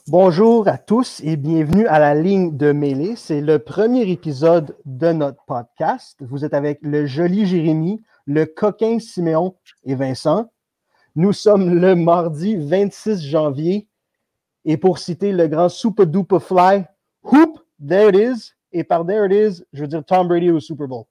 Bonjour à tous et bienvenue à la ligne de mêlée. C'est le premier épisode de notre podcast. Vous êtes avec le joli Jérémy, le coquin Siméon et Vincent. Nous sommes le mardi 26 janvier et pour citer le grand Super Duper Fly, Hoop, there it is. Et par there it is, je veux dire Tom Brady au Super Bowl.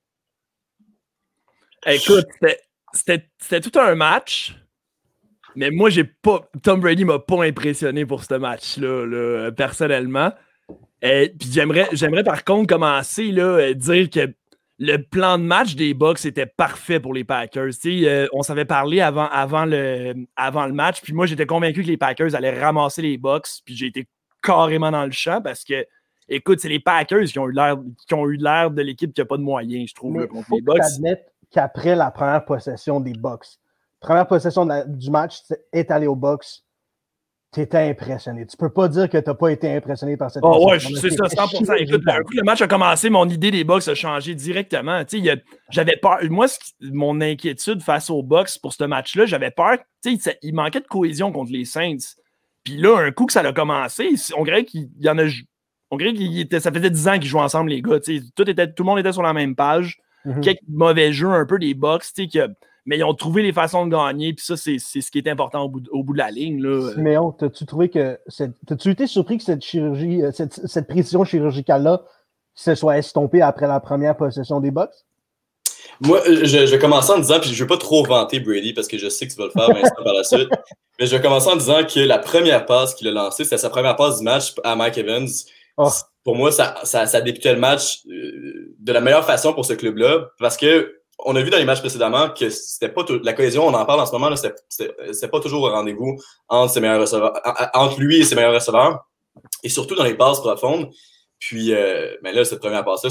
Écoute, c'était tout un match. Mais moi, Tom Brady m'a pas impressionné pour ce match-là, là, personnellement. Puis j'aimerais par contre commencer là, dire que le plan de match des Bucks était parfait pour les Packers. On s'avait parlé avant le match, puis moi, j'étais convaincu que les Packers allaient ramasser les Bucks, puis j'ai été carrément dans le champ parce que, écoute, c'est les Packers qui ont eu l'air de l'équipe qui n'a pas de moyens, je trouve, là, contre les Bucks. Mais il faut admettre qu'après la première possession des Bucks, première possession du match, est allé aux Bucks, tu étais impressionné. Tu peux pas dire que tu n'as pas été impressionné par cette ouais, c'est ça, 100%. Écoute, un coup le match a commencé, mon idée des Bucks a changé directement. J'avais peur. Moi, mon inquiétude face aux Bucks pour ce match-là, j'avais peur. Il manquait de cohésion contre les Saints. Puis là, un coup que ça a commencé, on dirait qu'il y en a. On dirait que ça faisait 10 ans qu'ils jouaient ensemble, les gars. Tout le monde était sur la même page. Quelques mauvais jeux un peu des Bucks, mais ils ont trouvé les façons de gagner, puis ça, c'est ce qui est important au bout de la ligne. Là. Siméon, t'as-tu trouvé que t'as-tu été surpris que cette chirurgie, cette précision chirurgicale-là se soit estompée après la première possession des Bucks? Moi, je vais commencer en disant, puis je ne veux pas trop vanter Brady parce que je sais que tu vas le faire Vincent, par la suite, mais je vais commencer en disant que la première passe qu'il a lancée, c'était sa première passe du match à Mike Evans. Oh. Pour moi, ça débutait le match de la meilleure façon pour ce club-là parce que on a vu dans les matchs précédemment que c'était pas la cohésion, on en parle en ce moment, là, c'était pas toujours au rendez-vous entre ses meilleurs receveurs, entre lui et ses meilleurs receveurs, et surtout dans les passes profondes. Puis, ben là, cette première passe-là,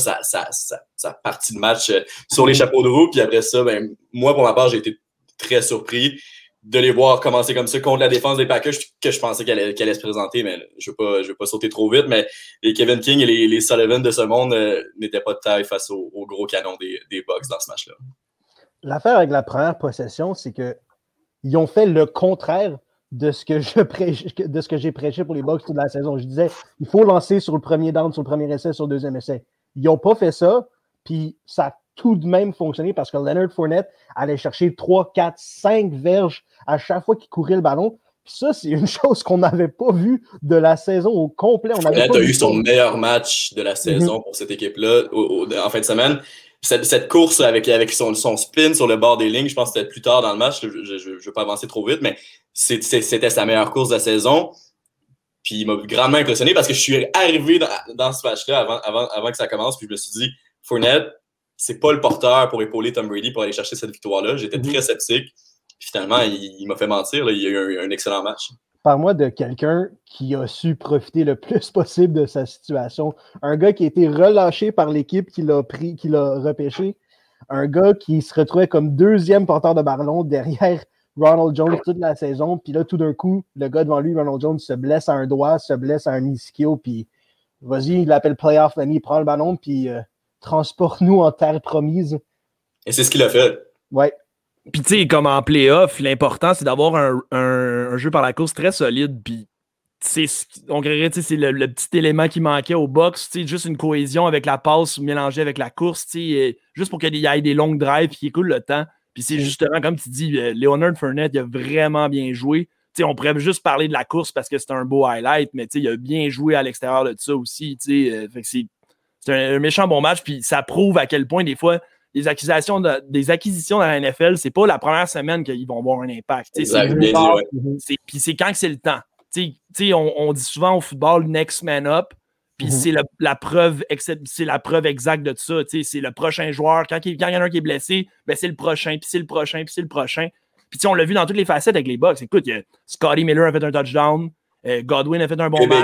ça partit de match sur les chapeaux de roue. Puis après ça, ben, moi, pour ma part, j'ai été très surpris de les voir commencer comme ça contre la défense des Packers, que je pensais qu'elle allait se présenter, mais je veux pas sauter trop vite, mais les Kevin King et les Sullivan de ce monde n'étaient pas de taille face au gros canon des Bucks dans ce match-là. L'affaire avec la première possession, c'est qu'ils ont fait le contraire de ce que j'ai prêché pour les Bucks toute la saison. Je disais, il faut lancer sur le premier down, sur le premier essai, sur le deuxième essai. Ils n'ont pas fait ça, puis ça a tout de même fonctionné parce que Leonard Fournette allait chercher 3, 4, 5 verges à chaque fois qu'il courait le ballon. Puis ça, c'est une chose qu'on n'avait pas vue de la saison au complet. Fournette a eu son meilleur match de la saison pour cette équipe-là en fin de semaine. Cette course avec son spin sur le bord des lignes, je pense que c'était plus tard dans le match. Je ne veux pas avancer trop vite, mais c'était sa meilleure course de la saison. Puis il m'a grandement impressionné parce que je suis arrivé dans ce match-là avant que ça commence. Puis je me suis dit, Fournette, c'est pas le porteur pour épauler Tom Brady pour aller chercher cette victoire-là. J'étais très sceptique. Puis finalement, il m'a fait mentir. Là. Il y a eu un excellent match. Parle-moi de quelqu'un qui a su profiter le plus possible de sa situation. Un gars qui a été relâché par l'équipe qui l'a repêché. Un gars qui se retrouvait comme deuxième porteur de ballon derrière Ronald Jones toute la saison. Puis là, tout d'un coup, le gars devant lui, Ronald Jones, se blesse à un doigt, se blesse à un ischio. Puis vas-y, il l'appelle playoff, l'ami, il prend le ballon, puis transporte-nous en terre promise. Et c'est ce qu'il a fait. Ouais. Puis tu sais, comme en playoff, l'important, c'est d'avoir un jeu par la course très solide. Puis on dirait que c'est le petit élément qui manquait au box, juste une cohésion avec la passe mélangée avec la course, juste pour qu'il y ait des longues drives qui écoulent le temps. Puis c'est justement, comme tu dis, Leonard Fournette, il a vraiment bien joué. T'sais, on pourrait juste parler de la course parce que c'est un beau highlight, mais il a bien joué à l'extérieur de ça aussi. Fait que c'est un méchant bon match. Puis ça prouve à quel point, des fois, des acquisitions dans la NFL, c'est pas la première semaine qu'ils vont avoir un impact. Exact, puis c'est quand que c'est le temps. On dit souvent au football next man up, puis c'est la preuve exacte de ça. C'est le prochain joueur. Quand il y en a un qui est blessé, ben c'est le prochain, puis c'est le prochain, puis c'est le prochain. Puis on l'a vu dans toutes les facettes avec les Bucks. Écoute, Scotty Miller a fait un touchdown. Godwin a fait un bon match.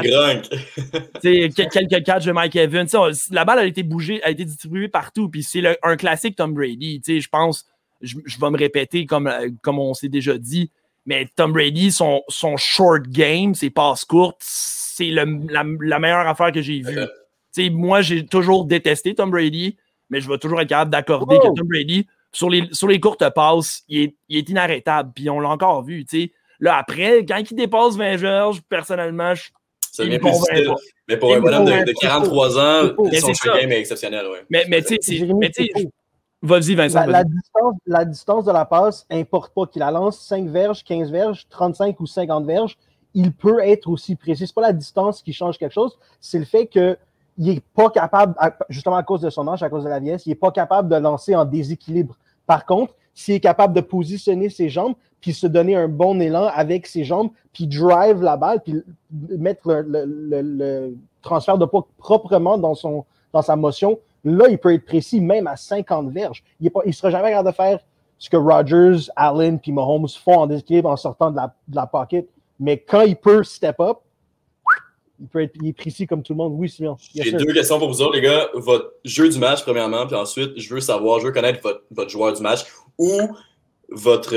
Quelques catchs de Mike Evans. La balle a été bougée, a été distribuée partout. Puis c'est un classique Tom Brady. Je pense, je vais me répéter comme on s'est déjà dit, mais Tom Brady, son short game, ses passes courtes, c'est la meilleure affaire que j'ai vue. Moi, j'ai toujours détesté Tom Brady, mais je vais toujours être capable d'accorder que Tom Brady, sur les courtes passes, il est inarrêtable. Puis on l'a encore vu. Là, après, quand il dépasse 20 verges, personnellement, ça devient plus difficile. Mais pour un bonhomme de 43 ans, son game est exceptionnel. Ouais. Mais tu sais, vas-y, Vincent. La distance de la passe, importe pas qu'il la lance 5 verges, 15 verges, 35 ou 50 verges, il peut être aussi précis. C'est pas la distance qui change quelque chose, c'est le fait qu'il n'est pas capable, justement à cause de son âge, à cause de la vieillesse, il n'est pas capable de lancer en déséquilibre. Par contre, s'il est capable de positionner ses jambes, puis se donner un bon élan avec ses jambes, puis drive la balle, puis mettre le transfert de poids proprement dans sa motion, là, il peut être précis même à 50 verges. Il ne sera jamais capable de faire ce que Rodgers, Allen puis Mahomes font en déséquilibre en sortant de la pocket. Mais quand il peut step up, il est précis comme tout le monde. Oui, Simon. J'ai 2 questions pour vous autres, les gars. Votre jeu du match, premièrement, puis ensuite, je veux connaître votre joueur du match ou votre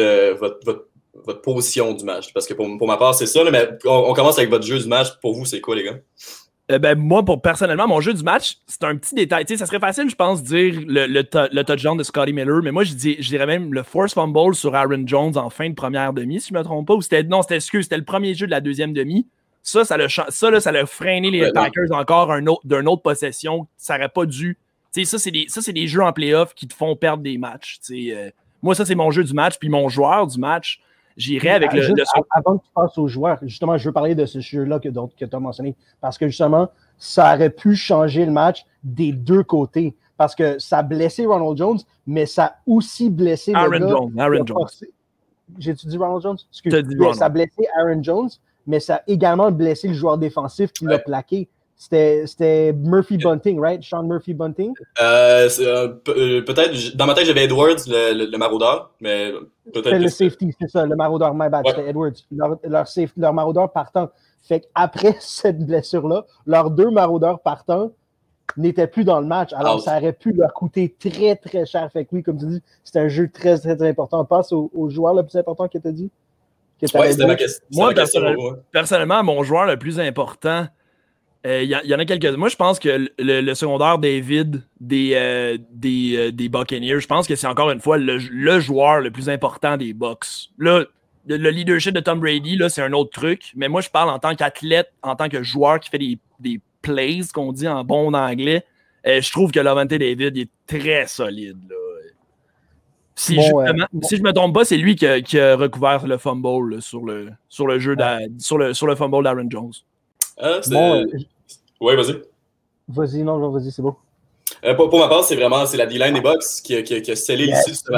position du match. Parce que pour ma part, c'est ça, là, mais on commence avec votre jeu du match. Pour vous, c'est quoi, les gars? Moi, personnellement, mon jeu du match, c'est un petit détail. Tu sais, ça serait facile, je pense, de dire le touchdown de Scotty Miller, mais moi, je dirais même le force fumble sur Aaron Jones en fin de première demi, si je ne me trompe pas. C'était le premier jeu de la deuxième demi. Ça l'a freiné les Packers encore d'une autre possession. Ça n'aurait pas dû. Tu sais, ça, c'est des jeux en playoff qui te font perdre des matchs. Moi, ça, c'est mon jeu du match. Puis mon joueur du match, j'irais avec Avant que tu passes aux joueurs, justement, je veux parler de ce jeu-là que tu as mentionné. Parce que justement, ça aurait pu changer le match des deux côtés. Parce que ça a blessé Ronald Jones, mais ça a aussi blessé Aaron Jones. J'ai-tu dit Ronald Jones? Ça a blessé Aaron Jones, mais ça a également blessé le joueur défensif qui l'a plaqué. C'était Murphy Bunting, right? Sean Murphy Bunting? Peut-être, dans ma tête, j'avais Edwards, le maraudeur, mais peut-être. C'était le safety, c'est ça, le maraudeur, my bad, c'était Edwards. Leur maraudeur partant. Fait qu'après cette blessure-là, leurs 2 maraudeurs partants n'étaient plus dans le match. Alors, ça aurait pu leur coûter très, très cher. Fait que oui, comme tu dis, c'est un jeu très, très, très important. On passe au joueur le plus important que tu as dit. C'était ma question. Moi, personnellement, mon joueur le plus important, il y en a quelques. Moi, je pense que le secondaire David des Buccaneers, je pense que c'est encore une fois le joueur le plus important des Bucs. Là, le leadership de Tom Brady, là, c'est un autre truc. Mais moi, je parle en tant qu'athlète, en tant que joueur qui fait des plays, qu'on dit en bon anglais. Je trouve que Lavonte David est très solide. Là. Si je me trompe pas, c'est lui qui a recouvert le fumble là, sur le jeu sur le fumble d'Aaron Jones. Oui, vas-y. Vas-y, c'est beau. Pour ma part, c'est la D-line des Bucs qui a scellé l'issue de ce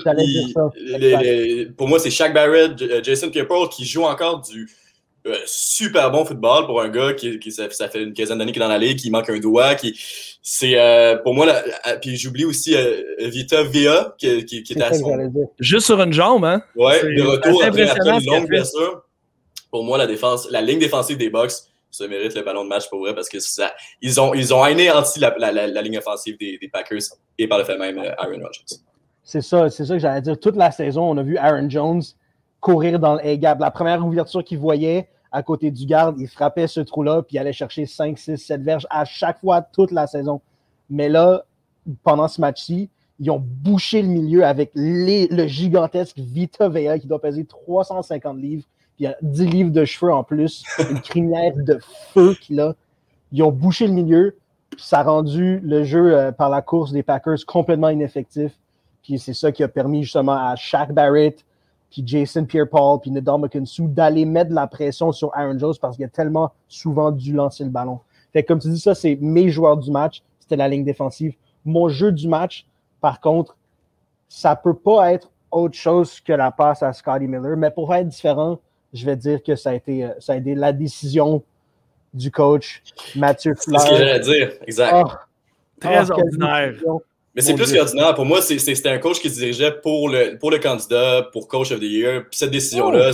match-là. Pour moi, c'est Shaq Barrett, Jason Pierre-Paul qui joue encore du super bon football pour un gars qui ça fait une quinzaine d'années qu'il est dans la ligue, qui manque un doigt, pour moi, puis j'oublie aussi Vita Vea qui était à son... Juste sur une jambe, hein? Ouais, de retour après une longue blessure. Pour moi, la ligne défensive des Bucs, ça mérite le ballon de match pour vrai parce que ils ont anéanti la ligne offensive des Packers et par le fait même Aaron Rodgers. C'est ça que j'allais dire. Toute la saison, on a vu Aaron Jones courir dans le A-gap. La première ouverture qu'il voyait à côté du garde, il frappait ce trou-là puis il allait chercher 5, 6, 7 verges à chaque fois toute la saison. Mais là, pendant ce match-ci, ils ont bouché le milieu avec le gigantesque Vita Vea qui doit peser 350 livres. Puis il y a 10 livres de cheveux en plus, une crinière de feu qu'il a. Ils ont bouché le milieu, puis ça a rendu le jeu par la course des Packers complètement ineffectif. Puis c'est ça qui a permis justement à Shaq Barrett, puis Jason Pierre-Paul, puis Ndamukong Suh d'aller mettre de la pression sur Aaron Jones parce qu'il a tellement souvent dû lancer le ballon. Fait que comme tu dis, ça, c'est mes joueurs du match, c'était la ligne défensive. Mon jeu du match, par contre, ça peut pas être autre chose que la passe à Scotty Miller, mais pour être différent, je vais dire que ça a été la décision du coach Mathieu Fleur. C'est ce que j'allais dire, exact. Très ordinaire. Mais c'est plus qu'ordinaire. Pour moi, c'était un coach qui se dirigeait pour le candidat, pour Coach of the Year. Puis cette décision-là,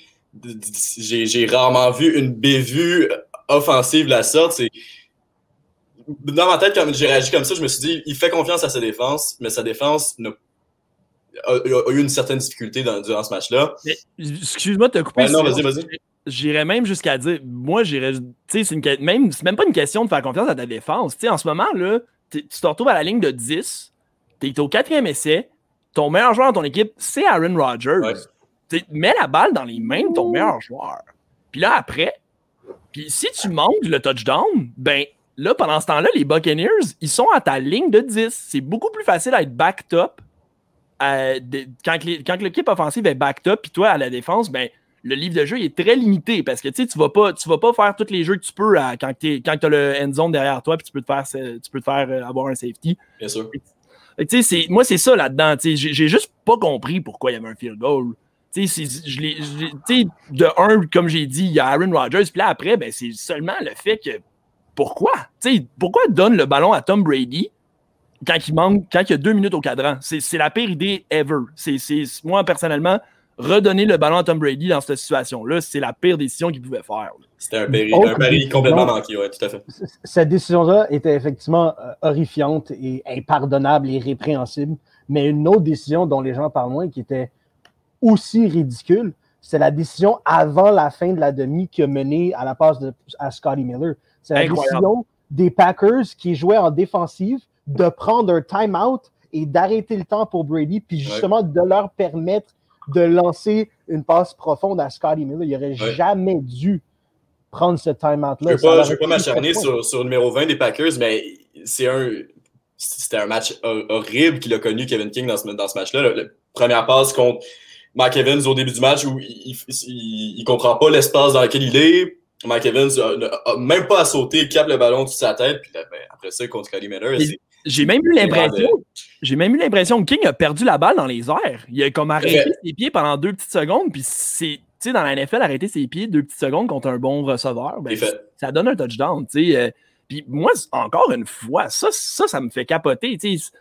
j'ai rarement vu une bévue offensive de la sorte. Dans ma tête, quand j'ai réagi comme ça, je me suis dit, il fait confiance à sa défense, mais sa défense a eu une certaine difficulté durant ce match-là. Mais, excuse-moi de te couper. Non, vas-y. J'irais même jusqu'à dire, moi, c'est même pas une question de faire confiance à ta défense. En ce moment, là, tu te retrouves à la ligne de 10, tu es au 4e essai, ton meilleur joueur dans ton équipe, c'est Aaron Rodgers. Ouais. Mets la balle dans les mains de ton meilleur joueur. Puis là, après, puis si tu manques le touchdown, ben là, pendant ce temps-là, les Buccaneers, ils sont à ta ligne de 10. C'est beaucoup plus facile à être backed up. Quand l'équipe offensive est backed up, puis toi, à la défense, ben le livre de jeu il est très limité parce que tu vas pas faire tous les jeux que tu peux quand tu as le end zone derrière toi puis tu peux te faire avoir un safety. Bien sûr. Moi, c'est ça là-dedans. J'ai juste pas compris pourquoi il y avait un field goal. De un, comme j'ai dit, il y a Aaron Rodgers, puis là après, ben, c'est seulement le fait que pourquoi donne le ballon à Tom Brady quand il y a 2 minutes au cadran? C'est la pire idée ever. Moi, personnellement, redonner le ballon à Tom Brady dans cette situation-là, c'est la pire décision qu'il pouvait faire. C'était un pari complètement manqué, oui, tout à fait. Cette décision-là était effectivement horrifiante et impardonnable et répréhensible, mais une autre décision dont les gens parlent moins, qui était aussi ridicule, c'est la décision avant la fin de la demi qui a mené à la passe à Scotty Miller. C'est la décision des Packers qui jouaient en défensive de prendre un time-out et d'arrêter le temps pour Brady, puis justement de leur permettre de lancer une passe profonde à Scotty Miller. Il n'aurait jamais dû prendre ce time-out-là. Je ne veux pas m'acharner sur le numéro 20 des Packers, mais c'était un match horrible qu'il a connu, Kevin King, dans ce match-là. La première passe contre Mike Evans au début du match où il ne comprend pas l'espace dans lequel il est. Mike Evans n'a même pas à sauter, il capte le ballon sur sa tête. Puis là, après ça, contre Scotty Miller, j'ai même eu l'impression que King a perdu la balle dans les airs. Il a comme arrêté ses pieds pendant 2 petites secondes. Puis dans la NFL, arrêter ses pieds 2 petites secondes contre un bon receveur, ben, ça donne un touchdown. Puis moi, encore une fois, ça me fait capoter.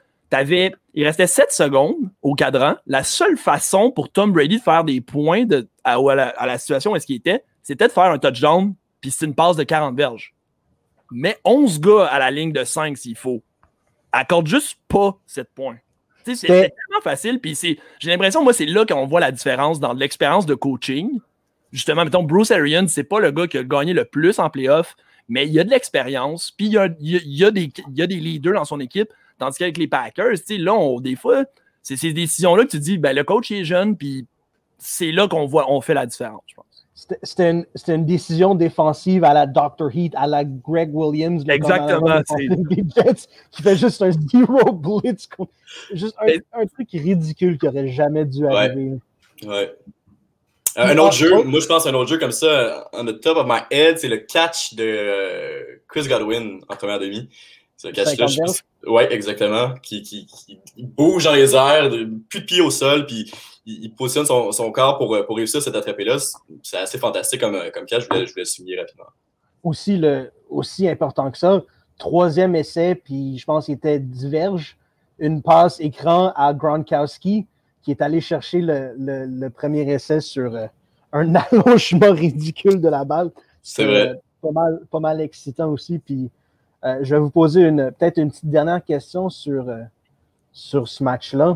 Il restait 7 secondes au cadran. La seule façon pour Tom Brady de faire des points à la situation où est-ce qu'il était, c'était de faire un touchdown, puis c'est une passe de 40 verges. Mais 11 gars à la ligne de 5 s'il faut. Accorde juste pas 7 points. C'est tellement facile. Puis j'ai l'impression, moi, c'est là qu'on voit la différence dans l'expérience de coaching. Justement, mettons, Bruce Arians, c'est pas le gars qui a gagné le plus en playoff, mais il y a de l'expérience. Puis il y a des leaders dans son équipe. Tandis qu'avec les Packers, là, des fois, c'est ces décisions-là que tu dis, ben, le coach est jeune, puis c'est là on fait la différence, je pense. C'était une décision défensive à la Dr. Heat, à la Greg Williams. Exactement. Qui fait juste un zero blitz. Juste un truc ridicule qui n'aurait jamais dû arriver. Ouais. Un autre jeu, moi je pense à un autre jeu comme ça, on the top of my head, c'est le catch de Chris Godwin en première demi. C'est le catch-là, ouais, exactement. Qui bouge dans les airs, plus de pied au sol, puis il positionne son corps pour réussir cette attrapée-là. C'est assez fantastique comme catch, je voulais le souligner rapidement. Aussi important que ça, 3e essai, puis je pense qu'il était diverge, une passe écran à Gronkowski, qui est allé chercher le premier essai sur un allongement ridicule de la balle. C'est vrai. Pas mal excitant aussi, puis je vais vous poser peut-être une petite dernière question sur ce match-là.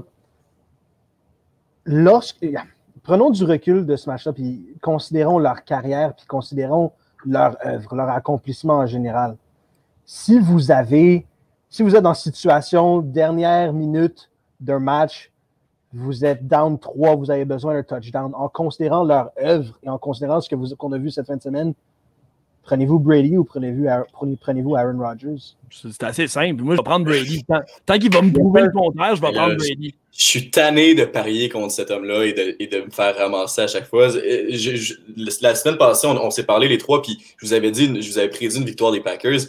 Prenons du recul de ce match-là, puis considérons leur carrière, puis considérons leur œuvre, leur accomplissement en général. Si vous êtes dans une situation dernière minute d'un match, vous êtes down 3, vous avez besoin d'un touchdown, en considérant leur œuvre et en considérant ce qu'on a vu cette fin de semaine, prenez-vous Brady ou prenez-vous Aaron Rodgers? C'est assez simple. Moi, je vais prendre Brady. Tant qu'il va me prouver le contraire, je vais prendre Brady. Je suis tanné de parier contre cet homme-là et de me faire ramasser à chaque fois. La semaine passée, on s'est parlé les trois, puis je vous avais prédit une victoire des Packers.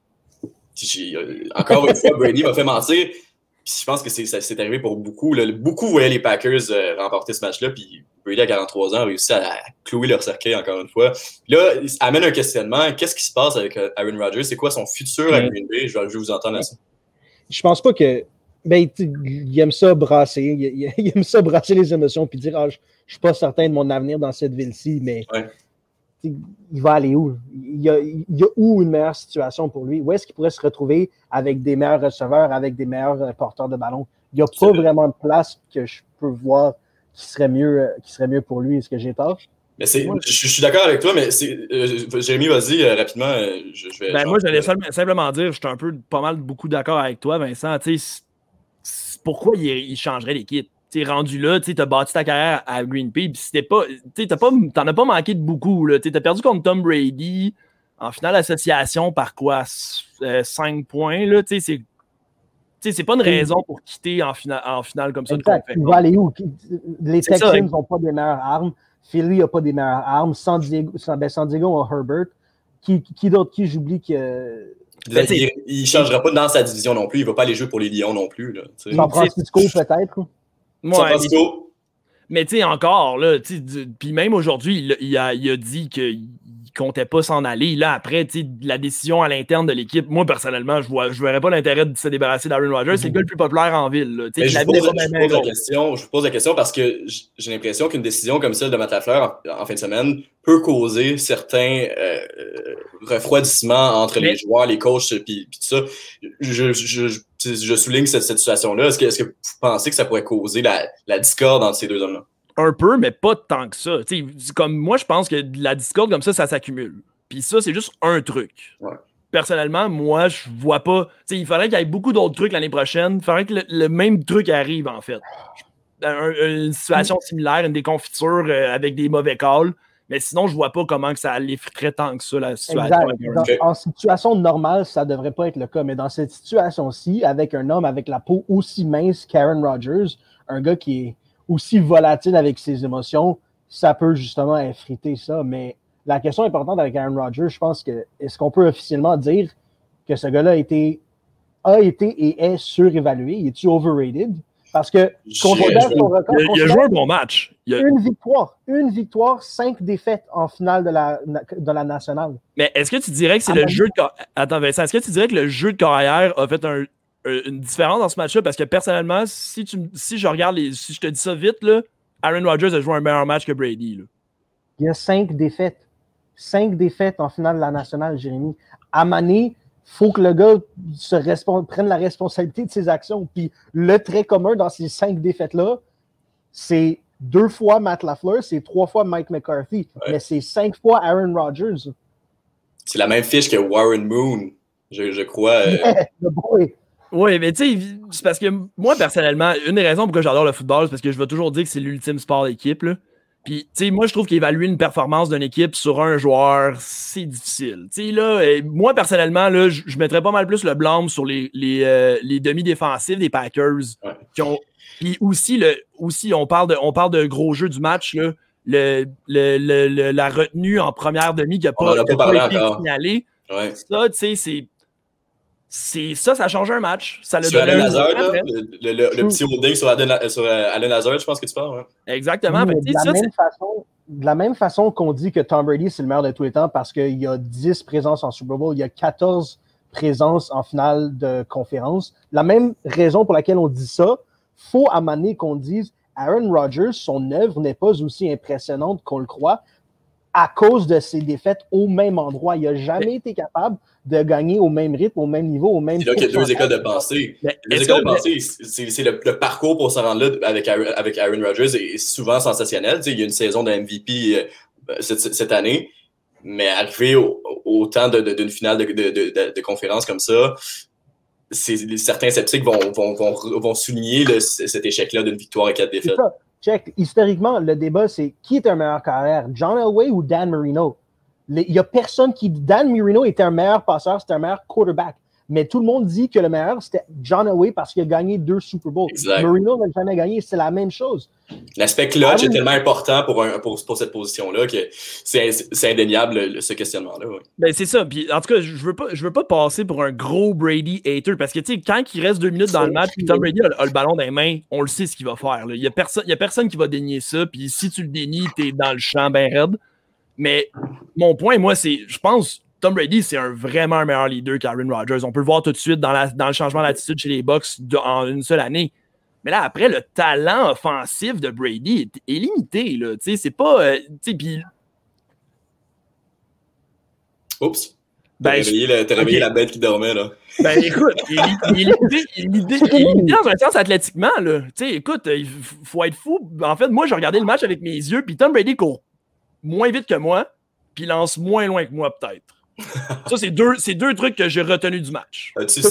Encore une fois, Brady m'a fait mentir. Puis je pense que c'est arrivé pour beaucoup. Beaucoup voyaient les Packers remporter ce match-là, puis Brady, à 43 ans, a réussi à clouer leur cercueil encore une fois. Là, il amène un questionnement. Qu'est-ce qui se passe avec Aaron Rodgers? C'est quoi son futur à Green Bay? Je vais vous entendre là-dessus. Je pense pas que... Ben, il aime ça brasser. Il aime ça brasser les émotions puis dire je suis pas certain de mon avenir dans cette ville-ci, mais il va aller où? Il y a où une meilleure situation pour lui? Où est-ce qu'il pourrait se retrouver avec des meilleurs receveurs, avec des meilleurs porteurs de ballon? Il n'y a pas vraiment de place que je peux voir qui serait mieux pour lui. Est-ce que j'ai tort? Mais je suis d'accord avec toi, mais Jérémy, vas-y rapidement. Moi, j'allais simplement dire, je suis beaucoup d'accord avec toi, Vincent. Pourquoi il changerait l'équipe? t'es rendu là, tu as bâti ta carrière à Green Bay, puis c'était pas, t'en as pas manqué de beaucoup, là. T'as perdu contre Tom Brady en finale d'association par quoi? 5 points, là, c'est pas une raison pour quitter en finale comme ça. Exact. Il va aller où? Les Texans n'ont pas des meilleures armes. Philly n'a pas des meilleures armes. San Diego a Herbert. Qui d'autre? Qui j'oublie que... il ne changera pas dans sa division non plus. Il ne va pas aller jouer pour les Lions non plus. Là, San Francisco, peut-être. San Francisco. Mais tu sais, encore, là, puis même aujourd'hui, il a dit qu'il comptait pas s'en aller. Là, après, la décision à l'interne de l'équipe, moi, personnellement, je verrais pas l'intérêt de se débarrasser d'Aaron Rodgers. C'est le gars le plus populaire en ville. Je vous pose la question parce que j'ai l'impression qu'une décision comme celle de Matt Lafleur en fin de semaine peut causer certains refroidissements entre les joueurs, les coachs, puis tout ça. Je souligne cette situation-là. Est-ce que vous pensez que ça pourrait causer la discorde entre ces deux hommes-là? Un peu, mais pas tant que ça. Comme moi, je pense que la discorde comme ça s'accumule. Puis ça, c'est juste un truc. Ouais. Personnellement, moi, je vois pas... il faudrait qu'il y ait beaucoup d'autres trucs l'année prochaine. Il faudrait que le même truc arrive, en fait. Une situation similaire, une déconfiture avec des mauvais calls. Mais sinon, je vois pas comment que ça l'effriterait tant que ça, la situation. En situation normale, ça devrait pas être le cas. Mais dans cette situation-ci, avec un homme avec la peau aussi mince qu'Aaron Rodgers, un gars qui est aussi volatile avec ses émotions, ça peut justement effriter ça. Mais la question importante avec Aaron Rodgers, je pense que est-ce qu'on peut officiellement dire que ce gars-là a été et est surévalué? Est-tu overrated? Parce que il a joué un bon match. Une victoire, 5 défaites en finale de la nationale. Mais est-ce que tu dirais que c'est le jeu de... Attends, Vincent, est-ce que tu dirais que le jeu de carrière a fait une différence dans ce match-là? Parce que personnellement, si je regarde si je te dis ça vite, là, Aaron Rodgers a joué un meilleur match que Brady. Là. Il y a 5 défaites. 5 défaites en finale de la nationale, Jérémy. À Mané, il faut que le gars prenne la responsabilité de ses actions. Puis le trait commun dans ces 5 défaites-là, c'est 2 fois Matt Lafleur, c'est 3 fois Mike McCarthy. Ouais. Mais c'est 5 fois Aaron Rodgers. C'est la même fiche que Warren Moon, je crois. Oui, mais tu sais, c'est parce que moi, personnellement, une des raisons pourquoi j'adore le football, c'est parce que je vais toujours dire que c'est l'ultime sport d'équipe. Là. Puis, tu sais, moi, je trouve qu'évaluer une performance d'une équipe sur un joueur, c'est difficile. Tu sais, là, moi, personnellement, là, je mettrais pas mal plus le blâme sur les demi-défensifs des Packers qui ont. Puis aussi, on parle de gros jeux du match, là. La retenue en première demi qui n'a pas été signalée. Ouais. Ça, tu sais, ça change un match. Ça le sur Allen Lazard, le petit holding sur Allen Lazard, je pense que tu parles. Ouais. Exactement. De la même façon qu'on dit que Tom Brady, c'est le meilleur de tous les temps parce qu'il y a 10 présences en Super Bowl, il y a 14 présences en finale de conférence. La même raison pour laquelle on dit ça, faut à Mané qu'on dise Aaron Rodgers, son œuvre n'est pas aussi impressionnante qu'on le croit à cause de ses défaites au même endroit. Il n'a jamais été capable de gagner au même rythme, au même niveau, au même... C'est là qu'il y a 2 écoles de pensée. Les écoles de pensée, c'est le parcours pour se rendre là avec Aaron Rodgers est souvent sensationnel. Il y a une saison de MVP cette année, mais arriver au temps d'une finale de conférence comme ça, certains sceptiques vont souligner cet échec-là d'une victoire à 4 défaites. Check. Historiquement, le débat, c'est qui est un meilleur carrière, John Elway ou Dan Marino? Il n'y a personne qui... Dan Marino était un meilleur passeur, c'était un meilleur quarterback. Mais tout le monde dit que le meilleur, c'était John Elway parce qu'il a gagné 2 Super Bowls. Exact. Marino n'a jamais gagné, c'est la même chose. L'aspect clutch est tellement important pour cette position-là que c'est indéniable, ce questionnement-là. Oui. Ben, c'est ça. Puis, en tout cas, je veux pas passer pour un gros Brady hater parce que, tu sais, quand il reste 2 minutes dans le match puis Tom Brady a le ballon dans les mains, on le sait ce qu'il va faire. Il y a personne qui va dénier ça. Puis, si tu le dénies, t'es dans le champ ben raide. Mais mon point, moi, c'est, je pense, Tom Brady, c'est vraiment un meilleur leader qu'Aaron Rodgers. On peut le voir tout de suite dans le changement d'attitude chez les Bucs en une seule année. Mais là, après, le talent offensif de Brady est limité. Là. C'est pas... Pis... Oups. T'as réveillé la bête qui dormait, là. Ben, écoute, il est limité dans un sens athlétiquement, là. Écoute, il faut être fou. En fait, moi, j'ai regardé le match avec mes yeux, puis Tom Brady court moins vite que moi, puis lance moins loin que moi, peut-être. Ça, c'est deux trucs que j'ai retenus du match.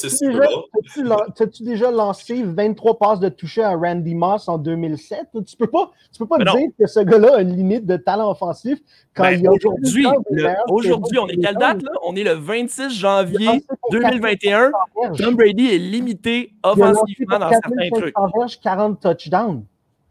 T'as-tu déjà lancé 23 passes de toucher à Randy Moss en 2007? Tu peux pas dire que ce gars-là a une limite de talent offensif quand il y a aujourd'hui, on est quelle date, là? On est le 26 janvier 2021. Tom Brady est limité offensivement dans certains trucs. 40 touchdowns.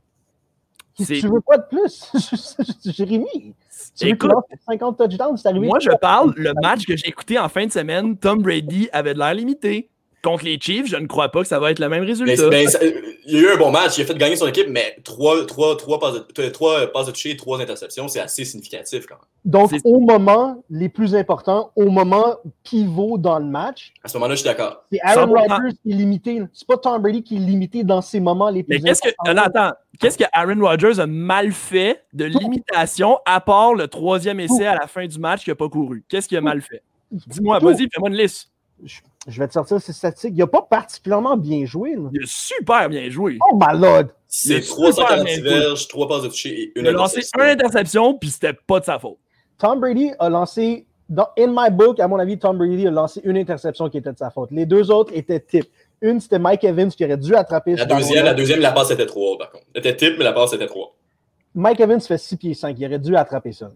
Tu veux pas de plus? Jérémy, écoute, 50 touchdowns, c'est arrivé. Moi, je parle, le match que j'ai écouté en fin de semaine, Tom Brady avait de l'air limité. Contre les Chiefs, je ne crois pas que ça va être le même résultat. Il y a eu un bon match, il a fait gagner son équipe, mais 3 passes de toucher et 3 interceptions, c'est assez significatif quand même. Donc, au moment les plus importants, au moment pivot dans le match, à ce moment-là, je suis d'accord. C'est Aaron Rodgers qui est limité. C'est pas Tom Brady qui est limité dans ces moments les plus importants. Qu'est-ce que Aaron Rodgers a mal fait de limitation à part le 3e essai à la fin du match qu'il n'a pas couru? Qu'est-ce qu'il a mal fait? Dis-moi, vas-y, fais-moi une liste. Je vais te sortir ces statistiques. Il n'a pas particulièrement bien joué. Là. Il a super bien joué. Oh my lord! C'est 340 verges, 3 passes de toucher et une interception. Il a lancé une interception, puis c'était pas de sa faute. Tom Brady a lancé, in my book, à mon avis, Tom Brady a lancé une interception qui était de sa faute. Les 2 autres étaient tip. Une, c'était Mike Evans qui aurait dû attraper. La deuxième, la passe était 3, par contre. Elle était tip, mais la passe était 3. Mike Evans fait 6 pieds 5. Il aurait dû attraper ça.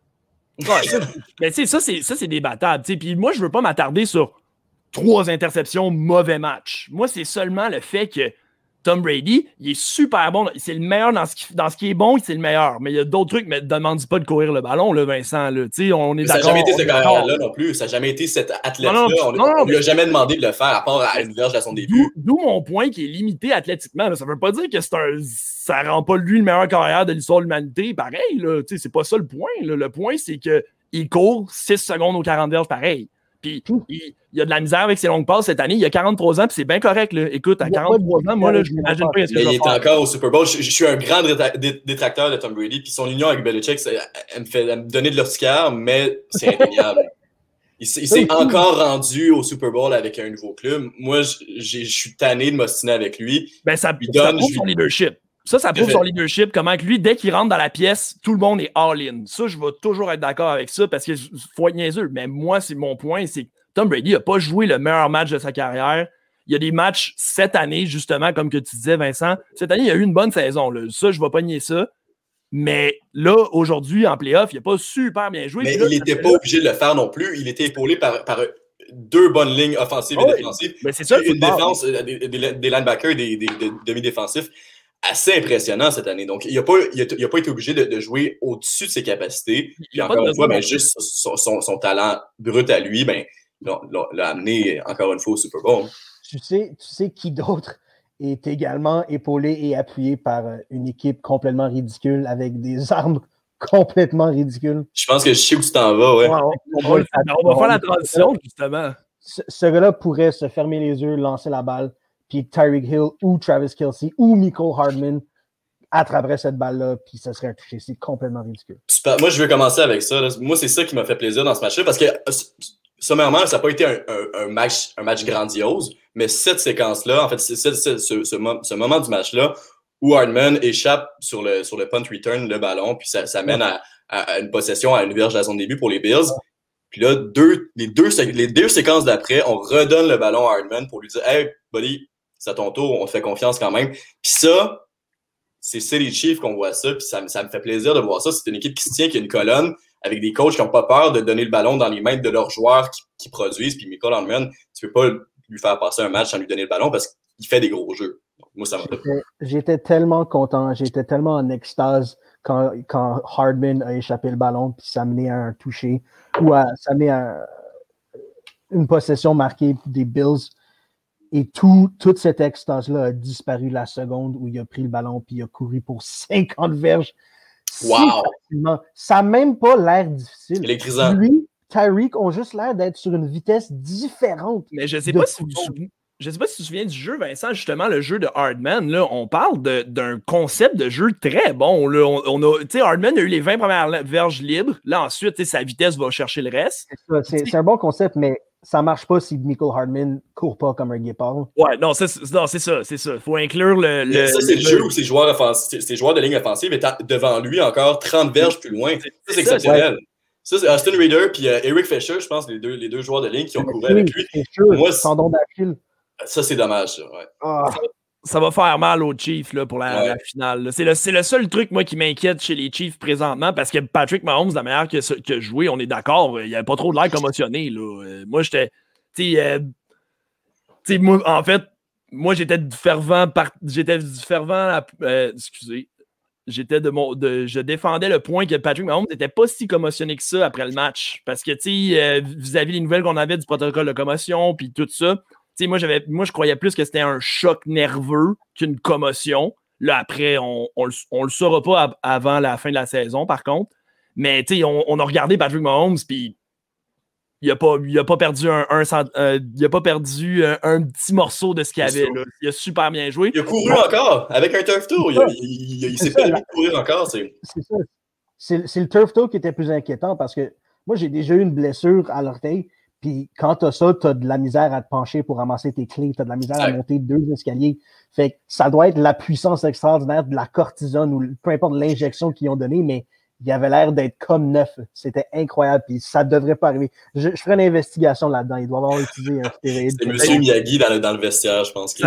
Ouais, ça, c'est débattable. Puis moi, je veux pas m'attarder sur 3 interceptions, mauvais match. Moi, c'est seulement le fait que Tom Brady, il est super bon. C'est le meilleur dans ce qui est bon, c'est le meilleur. Mais il y a d'autres trucs, mais ne demande pas de courir le ballon, là, Vincent. Là. On est ça n'a jamais été ce carrière-là non plus. Ça n'a jamais été cet athlète-là. On ne lui a jamais demandé de le faire, à part à une verge à son début. D'où mon point qui est limité athlétiquement. Là. Ça ne veut pas dire que ça ne rend pas lui le meilleur carrière de l'histoire de l'humanité. Pareil, là. C'est pas ça le point. Là. Le point, c'est qu'il court 6 secondes aux 40 verges pareil. Puis il y a de la misère avec ses longues passes cette année. Il a 43 ans, puis c'est bien correct. Là. Écoute, à 43 ans, moi, là, je m'imagine pas ce que je vais faire. Il est encore au Super Bowl. Je suis un grand détracteur de Tom Brady, puis son union avec Belichick, elle me donner de l'urticaire, mais c'est indéniable. Il s'est encore rendu au Super Bowl avec un nouveau club. Moi, je suis tanné de m'ostiner avec lui. Ça prouve son leadership. Ça prouve son leadership, comment que lui, dès qu'il rentre dans la pièce, tout le monde est all-in. Ça, je vais toujours être d'accord avec ça parce qu'il faut être niaiseux. Mais moi, c'est mon point, c'est que Tom Brady n'a pas joué le meilleur match de sa carrière. Il y a des matchs cette année, justement, comme que tu disais, Vincent. Cette année, il y a eu une bonne saison. Là. Ça, je ne vais pas nier ça. Mais là, aujourd'hui, en playoff, il n'a pas super bien joué. Mais il n'était pas obligé de le faire non plus. Il était épaulé par 2 bonnes lignes offensives et défensives. Mais c'est ça, une défense, des linebackers, des demi-défensifs. Assez impressionnant cette année. Donc, il n'a pas été obligé de jouer au-dessus de ses capacités. Puis encore une fois, juste son talent brut à lui, l'a amené encore une fois au Super Bowl. Tu sais qui d'autre est également épaulé et appuyé par une équipe complètement ridicule avec des armes complètement ridicules? Je pense que je sais où tu t'en vas, ouais. On va faire la transition, justement. Ce gars-là pourrait se fermer les yeux, lancer la balle, puis Tyreek Hill ou Travis Kelce ou Mecole Hardman attraperait cette balle-là, puis ça serait un touché. C'est complètement ridicule. Moi, je veux commencer avec ça. Là. Moi, c'est ça qui m'a fait plaisir dans ce match-là, parce que, sommairement, ça n'a pas été un match grandiose, mais cette séquence-là, en fait, c'est ce moment du match-là où Hardman échappe sur le punt return, le ballon, puis ça mène à une possession à une verge à son début pour les Bills. Puis là, les deux séquences d'après, on redonne le ballon à Hardman pour lui dire « Hey, buddy, c'est à ton tour, on te fait confiance quand même. » Puis ça, c'est les Chiefs qu'on voit ça, puis ça me fait plaisir de voir ça. C'est une équipe qui se tient, qui a une colonne, avec des coachs qui n'ont pas peur de donner le ballon dans les mains de leurs joueurs qui produisent. Puis Mecole Hardman, tu ne peux pas lui faire passer un match sans lui donner le ballon parce qu'il fait des gros jeux. Donc, moi, ça m'a fait plaisir. J'étais tellement content, j'étais tellement en extase quand Hardman a échappé le ballon, puis ça menait à un toucher, ou ça menait à une possession marquée des Bills. Et toute cette extase-là a disparu la seconde où il a pris le ballon puis il a couru pour 50 verges. Wow! Ça n'a même pas l'air difficile. Électrisant. Lui, Tyreek ont juste l'air d'être sur une vitesse différente. Mais je ne sais pas si tu te souviens du jeu, Vincent, justement, le jeu de Hardman. Là, on parle d'un concept de jeu très bon. Là, Hardman a eu les 20 premières verges libres. Là, ensuite, sa vitesse va chercher le reste. C'est un bon concept, mais ça ne marche pas si Mecole Hardman ne court pas comme un guépard. Ouais, non, c'est ça. Il faut inclure le ça, c'est le jeu où ses joueurs de ligne offensive étaient devant lui encore 30 verges plus loin. Ça, c'est exceptionnel. Ça, c'est Austin Reader puis Eric Fisher, je pense, les deux joueurs de ligne qui ont couru avec lui. Moi, tendon d'Achille. Ça, c'est dommage. Ouais. Ça va faire mal aux Chiefs là, pour la finale. C'est le seul truc, moi, qui m'inquiète chez les Chiefs présentement, parce que Patrick Mahomes, la meilleure que joué, on est d'accord, il n'y avait pas trop de l'air commotionné. Là. Moi, j'étais... moi, en fait, moi, j'étais du fervent... excusez. Je défendais le point que Patrick Mahomes n'était pas si commotionné que ça après le match. Parce que, vis-à-vis les nouvelles qu'on avait du protocole de commotion, puis tout ça... moi, je croyais plus que c'était un choc nerveux qu'une commotion. Là, après, on le saura pas avant la fin de la saison, par contre. Mais, on a regardé Patrick Mahomes, puis il a pas perdu il a pas perdu un petit morceau de ce qu'il avait. Là. Il a super bien joué. Il a couru encore, avec un turf toe. Il s'est permis de courir encore. C'est ça. C'est le turf toe qui était plus inquiétant, parce que moi, j'ai déjà eu une blessure à l'orteil. Puis quand t'as ça, t'as de la misère à te pencher pour ramasser tes clés, t'as de la misère à monter 2 escaliers. Fait que ça doit être la puissance extraordinaire de la cortisone ou peu importe l'injection qu'ils ont donnée, mais il avait l'air d'être comme neuf. C'était incroyable, puis ça devrait pas arriver. Je ferai une investigation là-dedans. Il doit avoir utilisé un stéroïde. C'est M. Miyagi dans le vestiaire, je pense.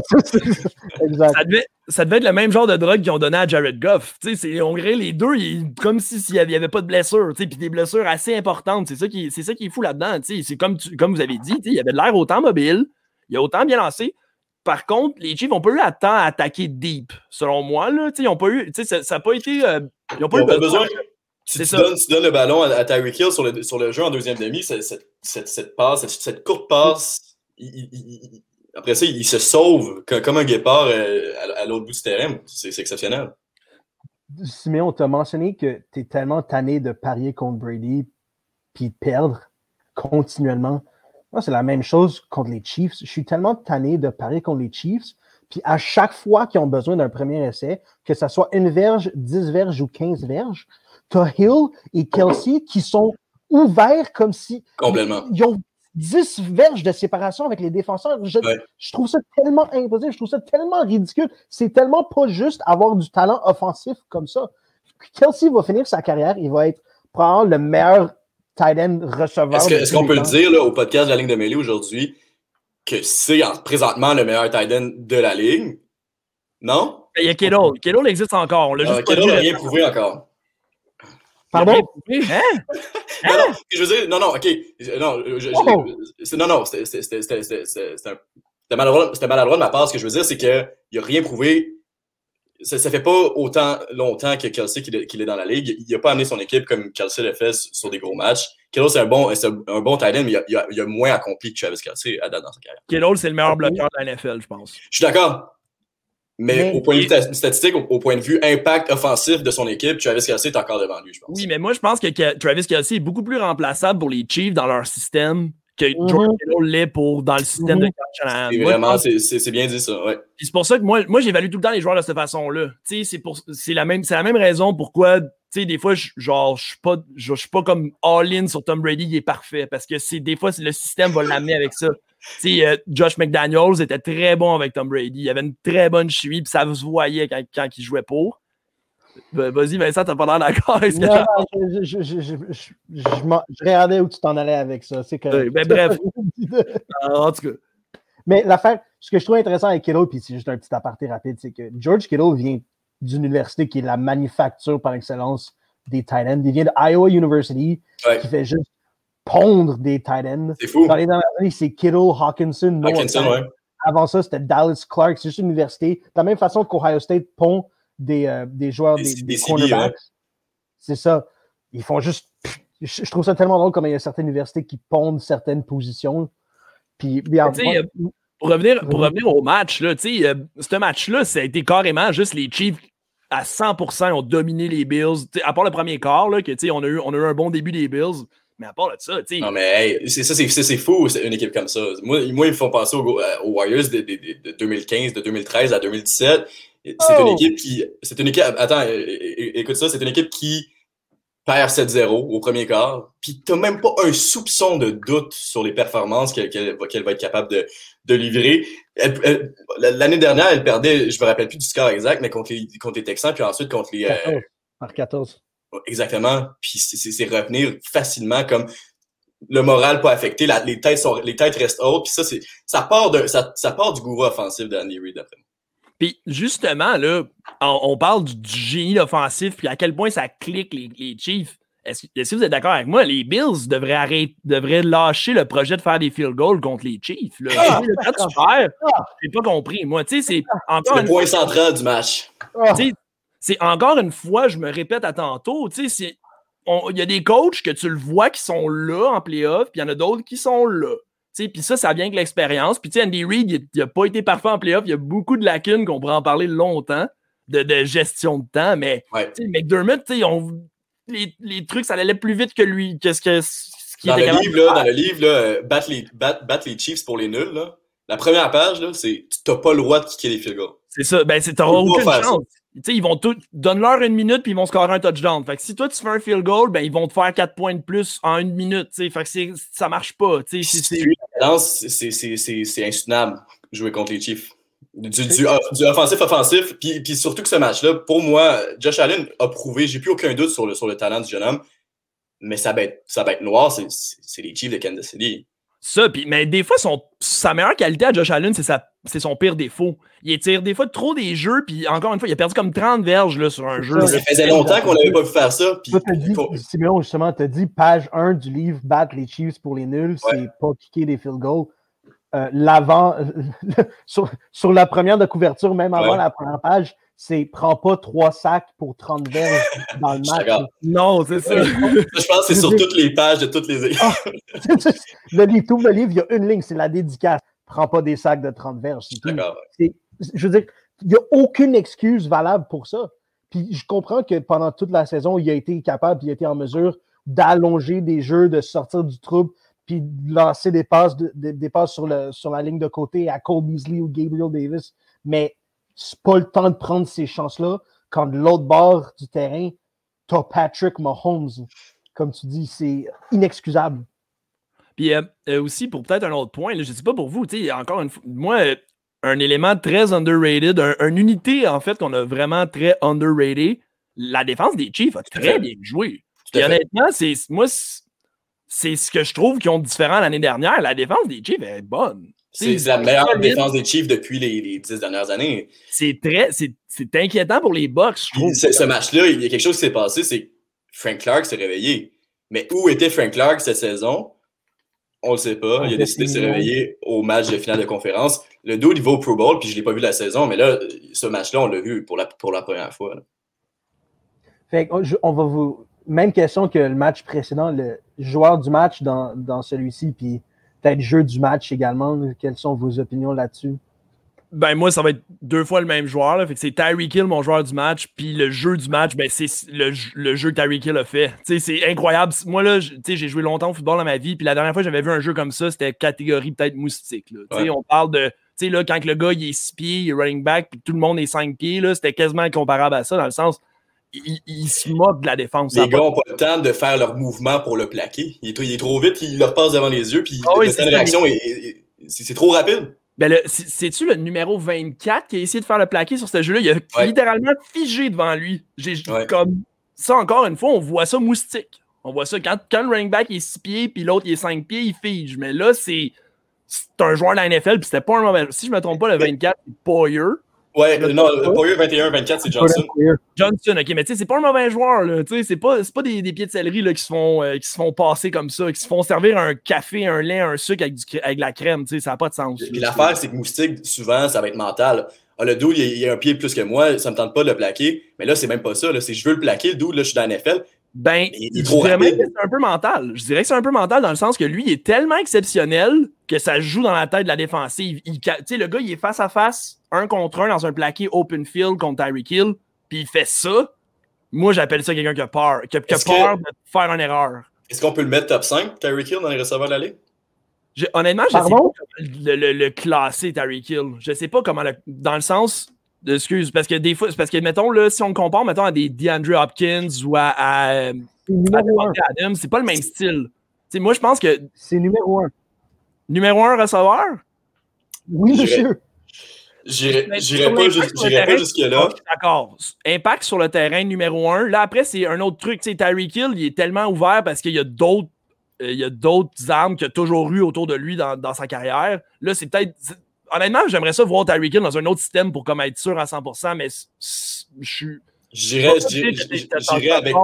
Exact. Ça devait être le même genre de drogue qu'ils ont donné à Jared Goff. On dirait les deux, comme s'il n'y avait pas de blessure, puis des blessures assez importantes. C'est ça qui est fou là-dedans. C'est comme vous avez dit, il avait de l'air autant mobile, il a autant bien lancé. Par contre, les Chiefs n'ont pas eu le temps à attaquer deep, selon moi. Là, ils n'ont pas eu. Ça n'a pas été. Ils n'ont pas eu besoin. Si tu donnes le ballon à Tyreek Hill sur le jeu en deuxième demi, cette passe, cette courte passe, après ça, il se sauve comme un guépard à l'autre bout du terrain. C'est exceptionnel. Siméon, tu as mentionné que tu es tellement tanné de parier contre Brady puis de perdre continuellement. Moi, c'est la même chose contre les Chiefs. Je suis tellement tanné de parier contre les Chiefs. Puis à chaque fois qu'ils ont besoin d'un premier essai, que ce soit 1 verge, 10 verges ou 15 verges, tu as Hill et Kelsey qui sont ouverts comme si ils ont 10 verges de séparation avec les défenseurs. Je trouve ça tellement impossible. Je trouve ça tellement ridicule. C'est tellement pas juste avoir du talent offensif comme ça. Kelsey va finir sa carrière. Il va être probablement le meilleur tight end receveur. Est-ce qu'on peut le dire là, au podcast de la Ligue de mêlée aujourd'hui que c'est présentement le meilleur tight end de la Ligue? Non? Il y a Kittle. Kittle existe encore. Kittle n'a rien prouvé encore. Pardon? Hein? Non, je veux dire, non, OK. C'était maladroit de ma part. Ce que je veux dire, c'est qu'il n'a rien prouvé. Ça fait pas autant longtemps que Kelsey qu'il est dans la ligue. Il n'a pas amené son équipe comme Kelsey l'a fait sur des gros matchs. Kittle, c'est un bon tight end, mais il a moins accompli que Travis Kelsey à date dans sa carrière. Kittle, c'est le meilleur bloqueur de la NFL, je pense. Je suis d'accord. Mais au point de vue statistique, au point de vue impact offensif de son équipe, Travis Kelsey est encore devant lui, je pense. Oui, mais moi, je pense que Travis Kelsey est beaucoup plus remplaçable pour les Chiefs dans leur système que George Kittle l'est dans le système de Kyle Shanahan. C'est bien dit ça, ouais. Puis c'est pour ça que moi j'évalue tout le temps les joueurs de cette façon-là. C'est la même raison pourquoi, des fois, je suis pas comme all-in sur Tom Brady, il est parfait. Parce que des fois, le système va l'amener avec ça. Josh McDaniels était très bon avec Tom Brady. Il avait une très bonne chimie, puis ça se voyait quand il jouait pour. Vas-y, Vincent, t'as pas l'air d'accord avec ça? Je regardais où tu t'en allais avec ça. C'est que. Mais bref. En tout cas. Mais l'affaire, ce que je trouve intéressant avec Kittle, puis c'est juste un petit aparté rapide, c'est que George Kittle vient d'une université qui est la manufacture par excellence des tight ends. Il vient de Iowa University, qui fait juste pondre des tight ends. C'est fou. Dans les dernières années, c'est Kittle, Hawkinson, ouais. Avant ça, c'était Dallas Clark. C'est juste une université. De la même façon qu'Ohio State pond des joueurs, des cornerbacks. C'est ça. Ils font juste... Je trouve ça tellement drôle comme il y a certaines universités qui pondent certaines positions. Puis, pour revenir au match, là, ce match-là, ça a été carrément juste les Chiefs à 100% ont dominé les Bills. À part le premier quart, là, que, on a eu un bon début des Bills. Mais à part de ça, non, mais hey, c'est fou, une équipe comme ça. Moi, ils me font penser aux Warriors de 2015, de 2013 à 2017. C'est une équipe. Attends, écoute ça, c'est une équipe qui perd 7-0 au premier quart. Puis t'as même pas un soupçon de doute sur les performances qu'elle va être capable de livrer. L'année dernière, elle perdait, je me rappelle plus du score exact, mais contre les Texans, puis ensuite contre les. Par 14. Exactement. Puis c'est revenir facilement comme le moral pas affecté, les têtes restent hautes. Puis ça part du gourou offensif d'Andy Reid d'après moi. Puis justement, là, on parle du génie offensif, puis à quel point ça clique les Chiefs. Est-ce que vous êtes d'accord avec moi? Les Bills devraient lâcher le projet de faire des field goals contre les Chiefs. Là. Quand tu perds, j'ai pas compris. Moi, tu sais, c'est encore le point central du match. C'est encore une fois, je me répète à tantôt, tu sais, il y a des coachs que tu le vois qui sont là en playoff, puis il y en a d'autres qui sont là. Puis ça vient avec l'expérience. Puis Andy Reid, il n'a pas été parfait en playoff. Il y a beaucoup de lacunes qu'on pourrait en parler longtemps de gestion de temps. Mais McDermott, les trucs, ça allait plus vite que lui. Que ce qui dans le livre, battre les Chiefs pour les nuls, là, la première page, là, c'est tu n'as pas le droit de kicker les field goals. C'est ça. Ben, tu n'auras aucune chance. Ils vont donne-leur 1 minute puis ils vont scorer un touchdown. Fait que si toi tu fais un field goal, ben ils vont te faire 4 points de plus en 1 minute. Fait que ça marche pas. C'est insoutenable jouer contre les Chiefs. Du offensif. Puis surtout que ce match-là, pour moi, Josh Allen a prouvé, j'ai plus aucun doute sur le talent du jeune homme, mais sa bête noire, c'est les Chiefs de Kansas City. Ça, mais des fois, sa meilleure qualité à Josh Allen, c'est son pire défaut. Il tire des fois trop des jeux, puis encore une fois, il a perdu comme 30 verges là, sur un jeu. Ça faisait longtemps qu'on n'avait pas vu faire ça. Puis, Simeon, justement, t'as dit page 1 du livre « Battre les Chiefs pour les nuls », c'est pas kicker des field goals. Sur la première de couverture, même avant la première page, c'est « Prends pas 3 sacs pour 30 verges dans le match ». Non, c'est ça. Je pense que c'est sur toutes les pages de toutes les équipes. Le livre, il y a une ligne, c'est la dédicace. Prends pas des sacs de 30 verges. Je veux dire, il n'y a aucune excuse valable pour ça. Puis je comprends que pendant toute la saison, il a été capable, il a été en mesure d'allonger des jeux, de sortir du trouble, puis de lancer des passes sur la ligne de côté à Cole Beasley ou Gabriel Davis. Mais c'est pas le temps de prendre ces chances-là quand de l'autre bord du terrain, t'as Patrick Mahomes. Comme tu dis, c'est inexcusable. Puis aussi, pour peut-être un autre point, là, je ne sais pas pour vous, encore une fois, moi, un élément très underrated, une unité, en fait, qu'on a vraiment très underrated, la défense des Chiefs a très bien joué. Puis honnêtement, c'est ce que je trouve qu'ils ont de différent l'année dernière. La défense des Chiefs est bonne. C'est la meilleure défense des Chiefs depuis les 10 dernières années. C'est inquiétant pour les Bucs, je trouve. Ce match-là, il y a quelque chose qui s'est passé, c'est que Frank Clark s'est réveillé. Mais où était Frank Clark cette saison? On le sait pas. Il a décidé de se réveiller au match de finale de conférence. Le dude, il va au Pro Bowl, puis je l'ai pas vu la saison, mais là, ce match-là, on l'a vu pour la première fois. Là. Fait on va vous... Même question que le match précédent, le joueur du match dans celui-ci, puis peut-être jeu du match également. Quelles sont vos opinions là-dessus? Ben moi, ça va être 2 fois le même joueur. Là. Fait que c'est Tyreek Hill, mon joueur du match. Puis le jeu du match, ben c'est le jeu que Tyreek Hill a fait. T'sais, c'est incroyable. Moi, là, j'ai joué longtemps au football dans ma vie. Puis la dernière fois que j'avais vu un jeu comme ça, c'était catégorie peut-être moustique. Là. Ouais. On parle de... Tu sais, là, quand le gars, il est 6 pieds, il est running back, puis tout le monde est 5 pieds, là, c'était quasiment comparable à ça, dans le sens... Il se moque de la défense. Les gars n'ont pas le temps de faire leur mouvement pour le plaquer. Il est trop vite, il leur passe devant les yeux, puis le temps de réaction, c'est trop rapide. Ben c'est-tu le numéro 24 qui a essayé de faire le plaqué sur ce jeu-là? Il a littéralement figé devant lui. Comme ça, encore une fois, on voit ça moustique. On voit ça quand le running back est 6 pieds, puis l'autre il est 5 pieds, il fige. Mais là, c'est un joueur de la NFL, puis c'était pas un mauvais. Si je me trompe pas, le 24, c'est Poyer. Ouais, non, Poyer 21-24, c'est Johnson. Johnson, ok, mais tu sais, c'est pas un mauvais joueur, là. Tu sais, c'est pas des pieds de céleri là, qui se font passer comme ça, qui se font servir un café, un lait, un sucre avec la crème, tu sais, ça n'a pas de sens. Puis l'affaire, c'est que Moustique, souvent, ça va être mental. Ah, le dude, il a un pied de plus que moi, ça me tente pas de le plaquer. Mais là, c'est même pas ça, là. C'est je veux le plaquer, le dude, là, je suis dans la NFL. Ben, je dirais même que c'est un peu mental. Je dirais que c'est un peu mental dans le sens que lui, il est tellement exceptionnel que ça joue dans la tête de la défensive. Tu sais, le gars, il est face à face, 1 contre 1 dans un plaqué open field contre Tyreek Hill, puis il fait ça. Moi, j'appelle ça quelqu'un qui a peur, qui a peur de faire une erreur. Est-ce qu'on peut le mettre top 5, Tyreek Hill, dans les receveurs de la ligue? Honnêtement, je sais pas comment le classer, Tyreek Hill. Je sais pas comment dans le sens... Excuse, parce que des fois, mettons, là, si on compare, mettons, à des DeAndre Hopkins ou à Adams, c'est pas le même style. T'sais, moi, je pense que... C'est numéro 1. Numéro 1 receveur? Oui, monsieur. J'irai pas jusque-là. D'accord. Impact sur le terrain numéro 1. Là, après, c'est un autre truc. Tyreek Hill, il est tellement ouvert parce qu'il y a d'autres armes qu'il a toujours eu autour de lui dans sa carrière. Là, c'est peut-être... Honnêtement, j'aimerais ça voir Tyreek Hill dans un autre système pour comme être sûr à 100%, mais j'irais avec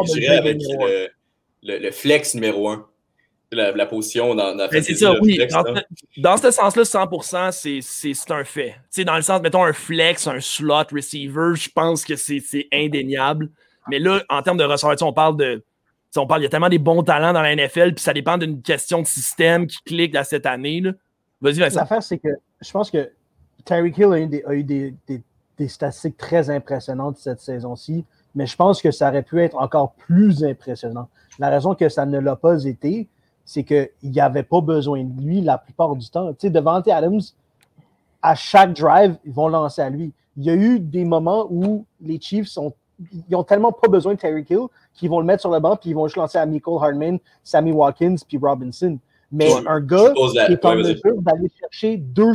le flex numéro 1. La position dans la c'est ça, oui. Flex, dans ce sens-là, 100%, c'est un fait. T'sais, dans le sens, mettons, un flex, un slot receiver, je pense que c'est indéniable. Mais là, en termes de receveur, il y a tellement des bons talents dans la NFL, puis ça dépend d'une question de système qui clique là, cette année. Là. Vas-y, Vincent. L'affaire, c'est que je pense que Tyreek Hill a eu des statistiques très impressionnantes cette saison-ci, mais je pense que ça aurait pu être encore plus impressionnant. La raison que ça ne l'a pas été, c'est qu'il n'y avait pas besoin de lui la plupart du temps. Tu sais, Davante Adams, à chaque drive, ils vont lancer à lui. Il y a eu des moments où les Chiefs ils ont tellement pas besoin de Tyreek Hill qu'ils vont le mettre sur le banc puis ils vont juste lancer à Mecole Hardman, Sammy Watkins puis Robinson. Mais un gars qui est en mesure d'aller chercher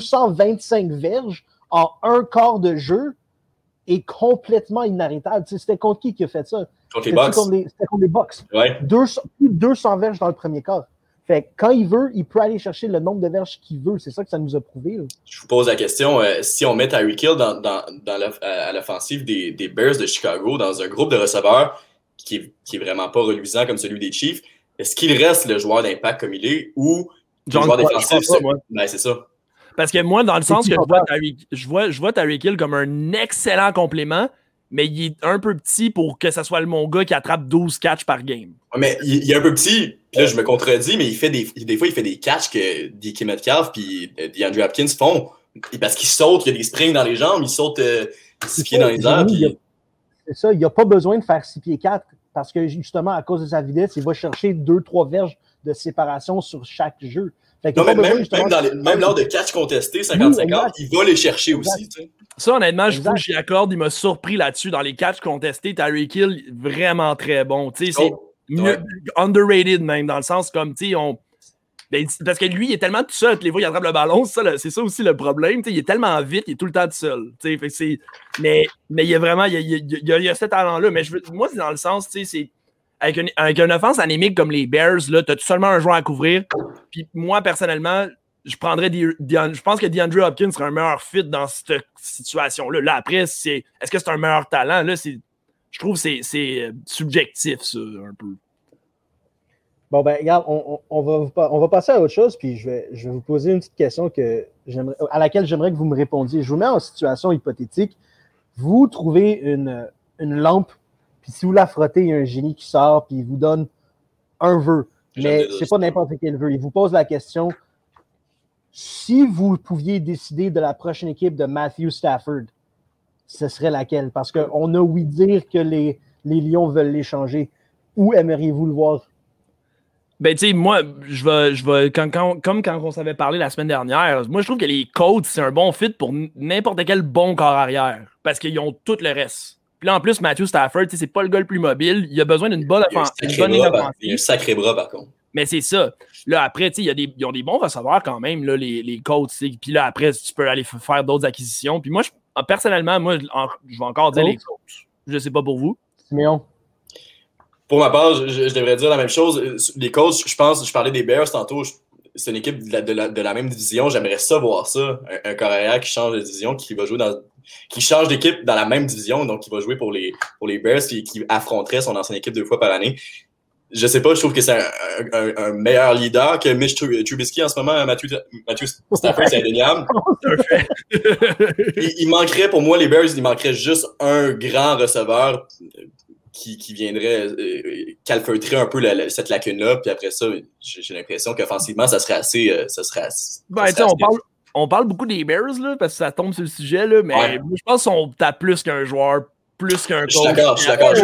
225 verges en un quart de jeu est complètement inarrêtable. Tu sais, c'était contre qui a fait ça? Contre les Bucks. C'était contre les Bucks. Ouais. Plus de 200 verges dans le premier quart. Fait que quand il veut, il peut aller chercher le nombre de verges qu'il veut. C'est ça que ça nous a prouvé. Là. Je vous pose la question, si on met Tyreek Hill à l'offensive des Bears de Chicago dans un groupe de receveurs qui est vraiment pas reluisant comme celui des Chiefs, est-ce qu'il reste le joueur d'impact comme il est ou le joueur défensif? Ben, c'est ça. Parce que moi, dans le sens que je vois Tyreek Hill comme un excellent complément, mais il est un peu petit pour que ça soit mon gars qui attrape 12 catchs par game. Mais il est un peu petit, puis là, je me contredis, mais des fois, il fait des catchs que DK Metcalf puis DeAndre Hopkins font. Parce qu'il saute, il y a des springs dans les jambes, il saute 6 pieds dans les airs. C'est ça, il n'a pas besoin de faire 6 pieds 4 parce que justement, à cause de sa vitesse, il va chercher 2-3 verges de séparation sur chaque jeu. Non, mais même lors de catch contestés, 50-50, il va les chercher aussi. Tu sais. Ça, honnêtement, j'y accorde, il m'a surpris là-dessus. Dans les catchs contestés, Tyreek Hill, vraiment très bon. Tu sais, c'est underrated même, dans le sens comme, tu sais, parce que lui, il est tellement tout seul, les fois, il attrape le ballon, c'est ça aussi le problème. Tu sais, il est tellement vite, il est tout le temps tout seul. Tu sais, mais il y a vraiment, il y a ce talent-là. Mais moi, c'est dans le sens, tu sais, c'est avec une offense anémique comme les Bears, là, tu as seulement un joueur à couvrir. Puis moi, personnellement, je pense que DeAndre Hopkins serait un meilleur fit dans cette situation-là. Là, après, est-ce que c'est un meilleur talent? Là, je trouve que c'est subjectif, ça, un peu. Bon, ben, regarde, on va passer à autre chose, puis je vais vous poser une petite question à laquelle j'aimerais que vous me répondiez. Je vous mets en situation hypothétique. Vous trouvez une lampe, puis si vous la frottez, il y a un génie qui sort, puis il vous donne un vœu. Mais c'est pas n'importe quel vœu. Il vous pose la question, si vous pouviez décider de la prochaine équipe de Matthew Stafford, ce serait laquelle? Parce qu'on a ouï dire que les Lions veulent l'échanger. Où aimeriez-vous le voir? Ben, tu sais, moi, je vais comme quand on s'avait parlé la semaine dernière, moi, je trouve que les Colts, c'est un bon fit pour n'importe quel bon corps arrière. Parce qu'ils ont tout le reste. Puis là, en plus, Matthew Stafford, c'est pas le gars le plus mobile. Il a besoin d'une bonne offensive. Il a un sacré bras, par contre. Mais c'est ça. Là, après, tu sais, ils ont des bons receveurs quand même, là, les Colts. Puis là, après, tu peux aller faire d'autres acquisitions. Puis moi, personnellement, je vais encore dire les Colts. Je sais pas pour vous. Simeon. Pour ma part, je devrais dire la même chose. Les Colts, je parlais des Bears tantôt. C'est une équipe de la même division. J'aimerais ça voir ça. Un corps arrière qui change de division, qui va jouer qui change d'équipe dans la même division, donc qui va jouer pour les Bears et qui affronterait son ancienne équipe 2 fois par année. Je sais pas, je trouve que c'est un meilleur leader que Mitch Trubisky en ce moment. Matthew Stafford, c'est indéniable. Il manquerait, pour moi, les Bears, il manquerait juste un grand receveur qui viendrait calfeutrer un peu cette lacune-là. Puis après ça, j'ai l'impression qu'offensivement, ça serait assez... on parle beaucoup des Bears, là, parce que ça tombe sur le sujet, là, mais ouais. Je pense qu'on tape plus qu'un joueur, plus qu'un coach. Je suis d'accord.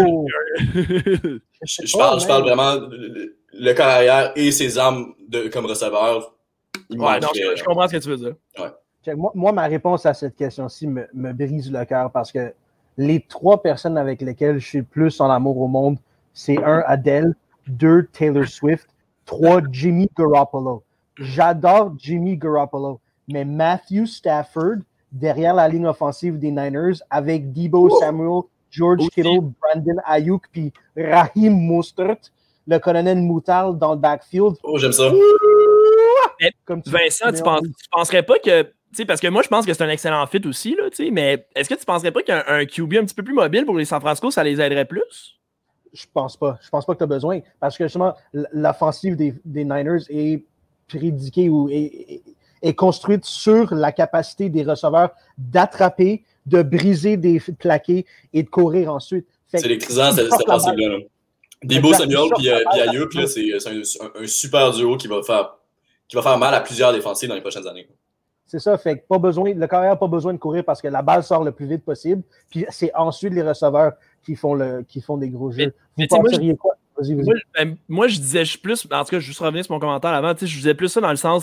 Je parle vraiment le corps arrière et ses armes comme receveur. Je comprends ce que tu veux dire. Ouais. Moi, ma réponse à cette question-ci me brise le cœur parce que les 3 personnes avec lesquelles je suis plus en amour au monde, c'est 1, Adele, 2, Taylor Swift, 3, Jimmy Garoppolo. J'adore Jimmy Garoppolo, mais Matthew Stafford, derrière la ligne offensive des Niners avec Deebo Samuel, George Kittle, Brandon Ayuk, puis Raheem Mostert, le colonel Moutarde dans le backfield. Oh, j'aime ça. Mais, Vincent, tu penserais pas que... parce que moi, je pense que c'est un excellent fit aussi, là, mais est-ce que tu penserais pas qu'un QB un petit peu plus mobile pour les San Francisco, ça les aiderait plus? Je pense pas. Je pense pas que tu as besoin. Parce que justement, l'offensive des Niners est prédiquée ou est construite sur la capacité des receveurs d'attraper, de briser des plaqués et de courir ensuite. C'est l'écrisant, cette offensive-là. Deebo Samuel puis Ayuk, c'est un super duo qui va faire mal à plusieurs défensifs dans les prochaines années. C'est ça, fait que le carrière n'a pas besoin de courir parce que la balle sort le plus vite possible. Puis c'est ensuite les receveurs qui font des gros jeux. Vous penseriez quoi? Vas-y. Moi, je disais plus, en tout cas, je vais juste revenir sur mon commentaire avant, je disais plus ça dans le sens,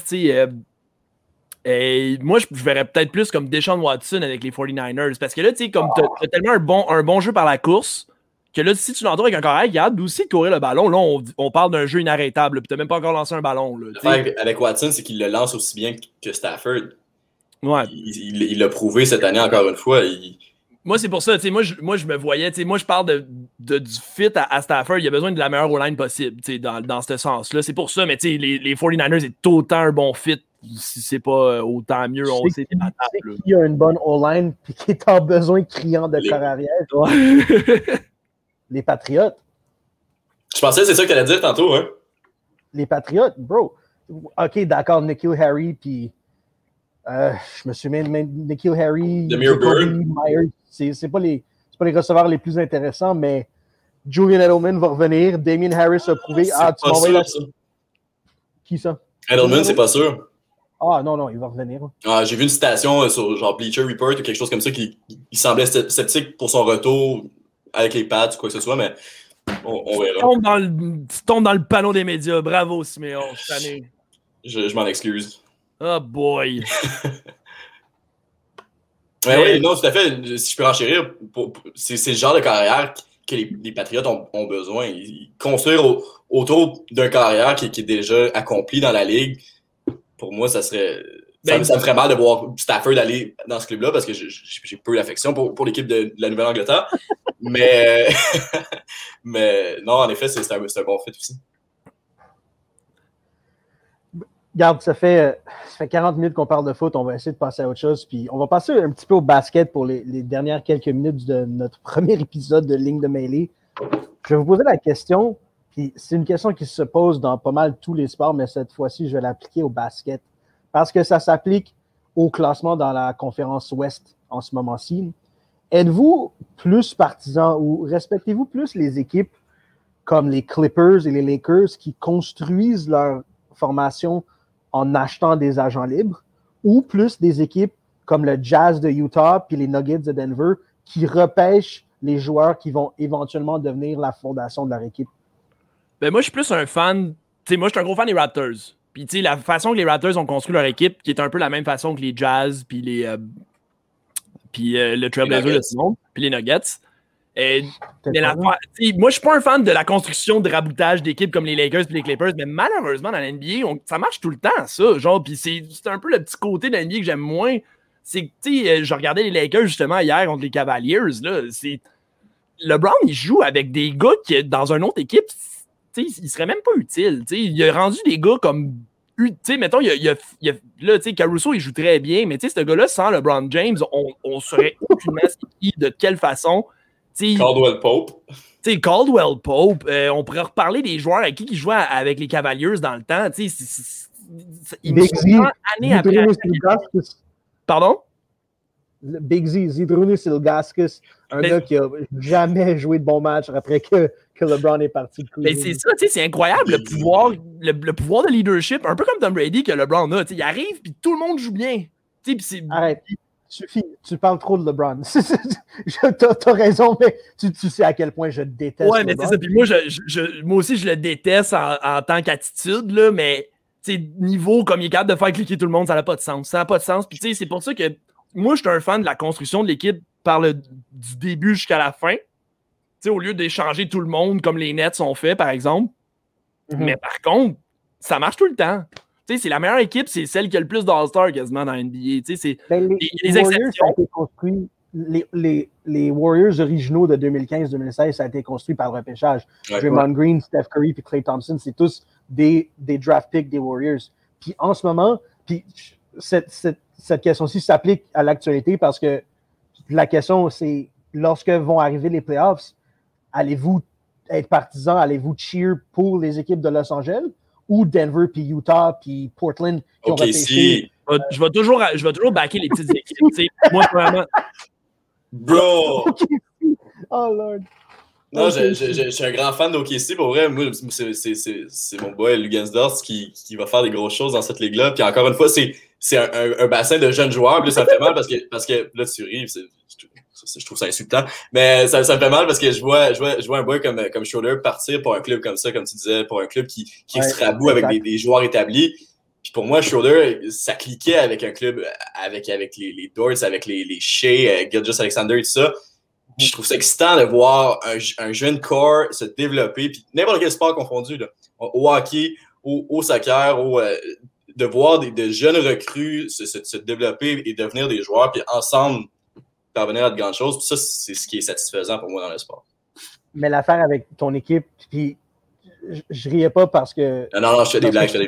moi, je verrais peut-être plus comme Deshaun Watson avec les 49ers. Parce que là, comme t'as tellement un bon jeu par la course que là, si tu l'entoures avec un carrière qui a hâte aussi de courir le ballon, là, on parle d'un jeu inarrêtable. Puis t'as même pas encore lancé un ballon. Là, avec Watson, c'est qu'il le lance aussi bien que Stafford. Ouais. Il l'a prouvé cette année encore une fois. Moi, c'est pour ça, moi, je me voyais, moi, je parle du fit à Stafford. Il a besoin de la meilleure O-line possible, dans ce sens-là. C'est pour ça, mais les 49ers, c'est autant un bon fit. Si c'est pas autant mieux, on sait des patates. Qui a une bonne O-line et qui est en besoin criant de corps arrière? Les Patriotes. Je pensais que c'est ça que tu allais dire tantôt, hein? Les Patriotes, bro. OK, d'accord, N'Keal Harry, puis je me suis mis N'Keal Harry, Demir Byrd. C'est pas les receveurs les plus intéressants, mais Julian Edelman va revenir. Damien Harris a prouvé. Tu m'envoies là. Ça. Qui ça? Edelman, c'est pas sûr. Ah non, il va revenir. J'ai vu une citation sur genre Bleacher Report ou quelque chose comme ça qui semblait sceptique pour son retour avec les Pats ou quoi que ce soit, mais on verra. Tu tombes dans le panneau des médias. Bravo, Siméon. Je m'en excuse. Oh boy! Oui, non, tout à fait. Si je peux enchérir, c'est le genre de carrière que les Patriotes ont besoin. Construire autour d'un carrière qui est déjà accompli dans la ligue, pour moi, ça serait... Ça me ferait mal de voir Stafford aller dans ce club-là parce que j'ai peu d'affection pour l'équipe de la Nouvelle-Angleterre. mais non, en effet, c'est un bon fit aussi. Regarde, ça fait 40 minutes qu'on parle de foot. On va essayer de passer à autre chose. Puis on va passer un petit peu au basket pour les dernières quelques minutes de notre premier épisode de Ligne de mêlée. Je vais vous poser la question. Puis c'est une question qui se pose dans pas mal tous les sports, mais cette fois-ci, je vais l'appliquer au basket. Parce que ça s'applique au classement dans la conférence Ouest en ce moment-ci. Êtes-vous plus partisan ou respectez-vous plus les équipes comme les Clippers et les Lakers qui construisent leur formation en achetant des agents libres, ou plus des équipes comme le Jazz de Utah puis les Nuggets de Denver qui repêchent les joueurs qui vont éventuellement devenir la fondation de leur équipe? Ben moi, je suis plus un fan... moi, je suis un gros fan des Raptors. Puis, la façon que les Raptors ont construit leur équipe, qui est un peu la même façon que les Jazz puis le Trailblazer de Simon, puis les Nuggets. Moi, je suis pas un fan de la construction de raboutage d'équipes comme les Lakers et les Clippers, mais malheureusement, dans la NBA, ça marche tout le temps, ça. Genre, puis c'est un peu le petit côté de la NBA que j'aime moins. C'est que, je regardais les Lakers justement hier contre les Cavaliers. Là, LeBron, il joue avec des gars qui, dans une autre équipe, il serait même pas utile. Il a rendu des gars comme. Mettons, là, Caruso, il joue très bien, mais ce gars-là, sans LeBron James, on saurait aucunement de quelle façon. Caldwell Pope. Caldwell Pope. On pourrait reparler des joueurs avec qui il jouait avec les Cavaliers dans le temps. Big Z. Année après année. Pardon? Big Z, Zydrunas Ilgauskas, gars qui a jamais joué de bon match après que LeBron est parti de Cleveland. C'est ça, c'est incroyable le pouvoir de leadership, un peu comme Tom Brady que LeBron a. Il arrive puis tout le monde joue bien. Arrête. Suffit, tu parles trop de LeBron. T'as raison, mais tu sais à quel point je déteste LeBron. Mais c'est ça. Puis moi aussi, je le déteste en tant qu'attitude, là, mais niveau comme il est capable de faire cliquer tout le monde, ça n'a pas de sens. Ça n'a pas de sens. Puis c'est pour ça que moi, je suis un fan de la construction de l'équipe du début jusqu'à la fin. Au lieu d'échanger tout le monde comme les Nets ont fait, par exemple. Mm-hmm. Mais par contre, ça marche tout le temps. c'est la meilleure équipe, c'est celle qui a le plus d'All-Stars quasiment dans la NBA. C'est les Warriors, ça a été construit. Les Warriors originaux de 2015-2016, ça a été construit par le repêchage. Draymond Green, Steph Curry et Klay Thompson, c'est tous des draft picks des Warriors. Puis en ce moment, cette question-ci s'applique à l'actualité parce que la question, c'est lorsque vont arriver les playoffs, allez-vous être partisans, allez-vous cheer pour les équipes de Los Angeles ou Denver, puis Utah, puis Portland qui ont repêché? Je vais toujours backer les petites équipes. Moi, vraiment... Bro! Oh, Lord! Non, je suis un grand fan d'OKC. Pour vrai, moi, c'est mon boy Lugansdorf qui va faire des grosses choses dans cette ligue-là. Puis encore une fois, c'est un bassin de jeunes joueurs. Puis là, ça me fait mal parce que là, tu ris. Je trouve ça insultant. Mais ça me fait mal parce que je vois un boy comme Schroeder partir pour un club comme ça, comme tu disais, pour un club qui se raboue avec des joueurs établis. Puis pour moi, Schroeder, ça cliquait avec un club, avec les Dorts, avec les Shea, Gilgeous-Alexander et tout ça. Puis je trouve ça excitant de voir un jeune corps se développer, puis n'importe quel sport confondu, là, au hockey, au soccer, de voir de jeunes recrues se développer et devenir des joueurs, puis ensemble parvenir à de grandes choses. Puis ça, c'est ce qui est satisfaisant pour moi dans le sport. Mais l'affaire avec ton équipe, puis je riais pas parce que... Non, je fais des blagues.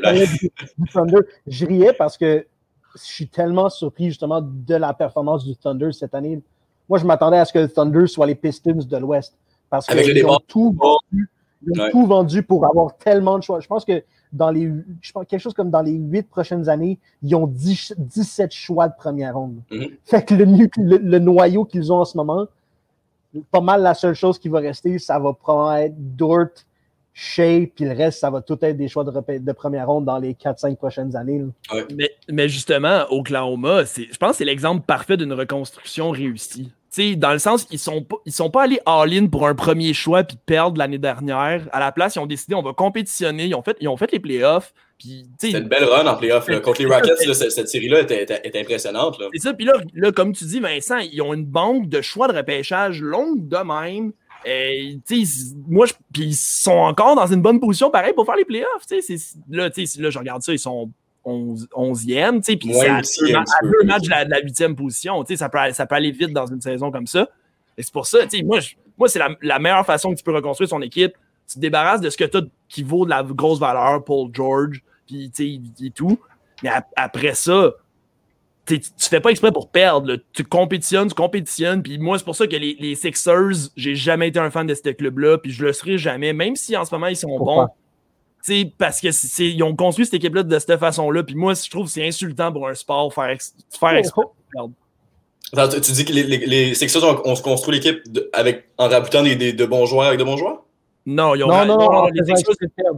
Je riais parce que je suis tellement surpris justement de la performance du Thunder cette année. Moi, je m'attendais à ce que le Thunder soit les Pistons de l'Ouest. Parce qu'ils ont tout vendu pour avoir tellement de choix. Je pense que quelque chose comme dans les 8 prochaines années, ils ont 17 choix de première ronde. Mm-hmm. Fait que le noyau qu'ils ont en ce moment, pas mal la seule chose qui va rester, ça va probablement être Dort, Shea, puis le reste, ça va tout être des choix de première ronde dans les 4-5 prochaines années. Ouais. Mais justement, Oklahoma, je pense que c'est l'exemple parfait d'une reconstruction réussie. T'sais, dans le sens qu'ils sont pas allés all-in pour un premier choix puis perdre l'année dernière. À la place, ils ont décidé, on va compétitionner. Ils ont fait les playoffs. C'était une belle run en playoffs. Contre les Rockets, cette série-là était impressionnante. Là. C'est ça. Puis là, comme tu dis, Vincent, ils ont une banque de choix de repêchage longue de même. Puis ils sont encore dans une bonne position, pareil, pour faire les playoffs. Là, je regarde ça, ils sont 11e, puis c'est à 2 matchs de la 8e position. Ça peut aller vite dans une saison comme ça. Et c'est pour ça, moi c'est la meilleure façon que tu peux reconstruire son équipe. Tu te débarrasses de ce que tu as qui vaut de la grosse valeur, Paul George, puis et tout. Mais après ça, tu fais pas exprès pour perdre. Là. Tu compétitionnes, puis moi, c'est pour ça que les Sixers, j'ai jamais été un fan de ce club-là, puis je le serai jamais, même si en ce moment, ils sont bons. Parce qu'ils ont construit cette équipe-là de cette façon-là, puis moi, je trouve que c'est insultant pour un sport faire exprès pour perdre. Attends, tu dis que les Sixers ont construit l'équipe en raboutant de bons joueurs avec de bons joueurs? Non, ils ont les Sixers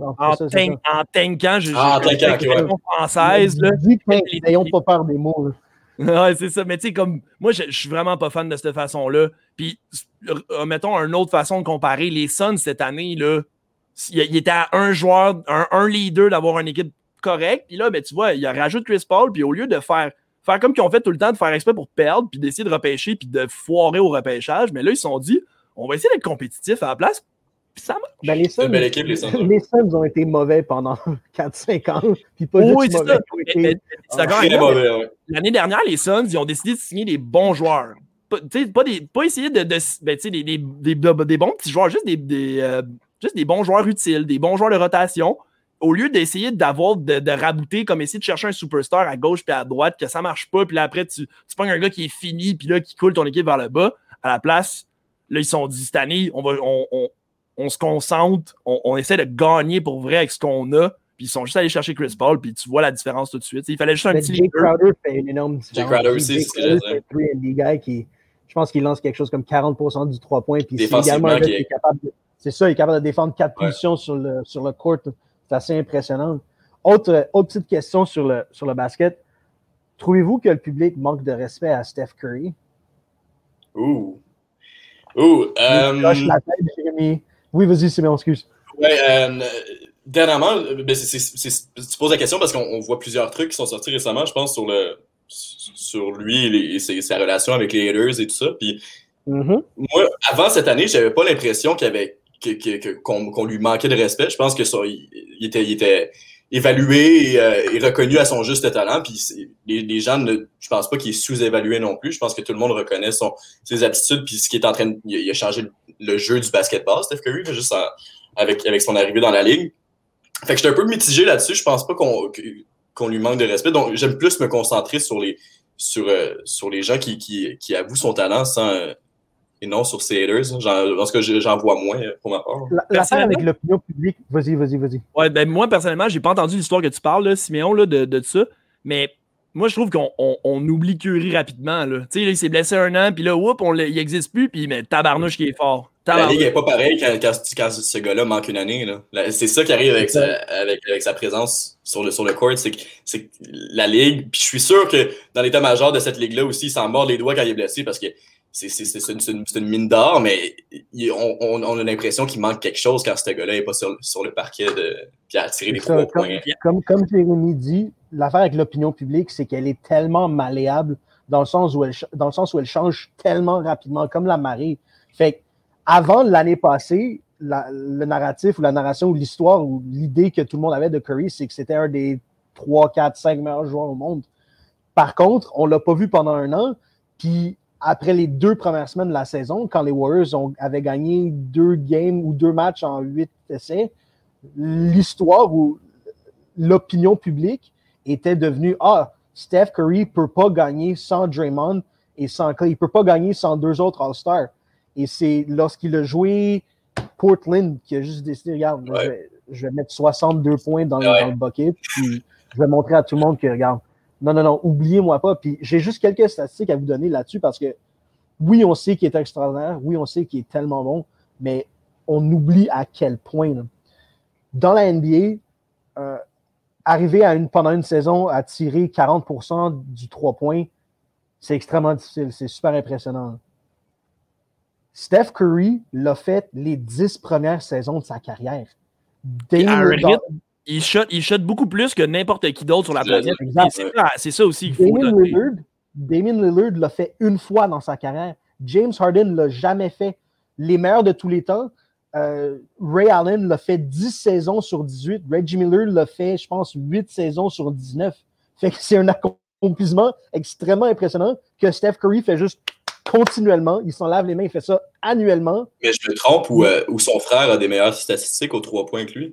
en tankant, en française. Ils n'ayons pas peur des mots. Ouais, c'est ça. Mais tu sais, comme moi, je suis vraiment pas fan de cette façon-là. Puis, mettons une autre façon de comparer. Les Suns, cette année, là, il était à un joueur, un leader d'avoir une équipe correcte. Puis là, ben, tu vois, il rajoute Chris Paul. Puis au lieu de faire comme qu'ils ont fait tout le temps, de faire exprès pour perdre, puis d'essayer de repêcher, puis de foirer au repêchage, mais là, ils se sont dit, on va essayer d'être compétitif à la place. Puis ça marche. Ben, c'est une belle équipe, les Suns. Les Suns ont été mauvais pendant 4-5 ans. Puis pas juste mauvais. L'année dernière, les Suns, ils ont décidé de signer des bons joueurs. Pas essayer des bons petits joueurs, juste des bons joueurs utiles, des bons joueurs de rotation, au lieu d'essayer de rabouter, comme essayer de chercher un superstar à gauche puis à droite, que ça marche pas, puis là après, tu pognes un gars qui est fini, puis là, qui coule ton équipe vers le bas. À la place, là, ils se sont dit, cette année, on se concentre, on essaie de gagner pour vrai avec ce qu'on a, puis ils sont juste allés chercher Chris Paul, puis tu vois la différence tout de suite. Il fallait juste un petit Jay Crowder fait une énorme différence. Jay Crowder aussi, c'est ce que j'ai dit. C'est un 3&D guy je pense qu'il lance quelque chose comme 40% du 3 points, puis c'est également un gars qui est capable il est capable de défendre 4 positions sur le court. C'est assez impressionnant. Autre petite question sur le basket. Trouvez-vous que le public manque de respect à Steph Curry? Lâche la tête, Jérémy. Oui, vas-y, c'est mon excuse. Dernièrement, tu poses la question parce qu'on voit plusieurs trucs qui sont sortis récemment, je pense, sur lui et sa relation avec les haters et tout ça. Puis, moi, avant cette année, j'avais pas l'impression qu'on lui manquait de respect. Je pense que ça, il évalué et reconnu à son juste talent. Puis les gens, je pense pas qu'il est sous-évalué non plus. Je pense que tout le monde reconnaît ses aptitudes puis ce qui est en train il a changé le jeu du basketball, Steph Curry, juste avec son arrivée dans la ligue. Fait que j'étais un peu mitigé là-dessus. Je pense pas qu'on lui manque de respect. Donc, j'aime plus me concentrer sur les gens qui avouent son talent et non sur ses haters. En tout cas, j'en vois moins pour ma part. L'affaire avec l'opinion publique... Vas-y. Ouais, ben moi, personnellement, j'ai pas entendu l'histoire que tu parles, là, Siméon, là, de ça. Mais moi, je trouve qu'on oublie Curry rapidement. Tu sais, il s'est blessé un an, puis là, il n'existe plus, puis mais tabarnouche qui est fort. La ligue n'est pas pareille quand ce gars-là manque une année. Là. C'est ça qui arrive avec sa présence sur le court. C'est que la ligue, puis je suis sûr que dans l'état-major de cette ligue-là aussi, il s'en mord les doigts quand il est blessé parce que c'est une mine d'or, mais on a l'impression qu'il manque quelque chose quand ce gars-là n'est pas sur le parquet puis à tirer des 3 points. Comme Jérémy dit, l'affaire avec l'opinion publique, c'est qu'elle est tellement malléable dans le sens où elle change tellement rapidement, comme la marée. Fait que avant l'année passée, le narratif ou la narration ou l'histoire ou l'idée que tout le monde avait de Curry, c'est que c'était un des 3, 4, 5 meilleurs joueurs au monde. Par contre, on ne l'a pas vu pendant un an. Puis après les 2 premières semaines de la saison, quand les Warriors avaient gagné 2 games ou 2 matchs en 8 essais, l'histoire ou l'opinion publique était devenue Steph Curry ne peut pas gagner sans Draymond et sans Clay. Il ne peut pas gagner sans 2 autres All-Stars. Et c'est lorsqu'il a joué Portland qu'il a juste décidé, regarde, je vais mettre 62 points dans le bucket, puis je vais montrer à tout le monde que, regarde, non, oubliez-moi pas. Puis j'ai juste quelques statistiques à vous donner là-dessus parce que oui, on sait qu'il est extraordinaire, oui, on sait qu'il est tellement bon, mais on oublie à quel point. Là. Dans la NBA, arriver pendant une saison à tirer 40% du 3 points, c'est extrêmement difficile, c'est super impressionnant. Steph Curry l'a fait les 10 premières saisons de sa carrière. Il shot beaucoup plus que n'importe qui d'autre sur la planète. C'est ça aussi. Damian Lillard l'a fait une fois dans sa carrière. James Harden ne l'a jamais fait. Les meilleurs de tous les temps, Ray Allen l'a fait 10 saisons sur 18. Reggie Miller l'a fait, je pense, 8 saisons sur 19. Fait que c'est un accomplissement extrêmement impressionnant que Steph Curry fait juste continuellement. Il s'en lave les mains, il fait ça annuellement. Mais je me trompe ou son frère a des meilleures statistiques aux 3 points que lui?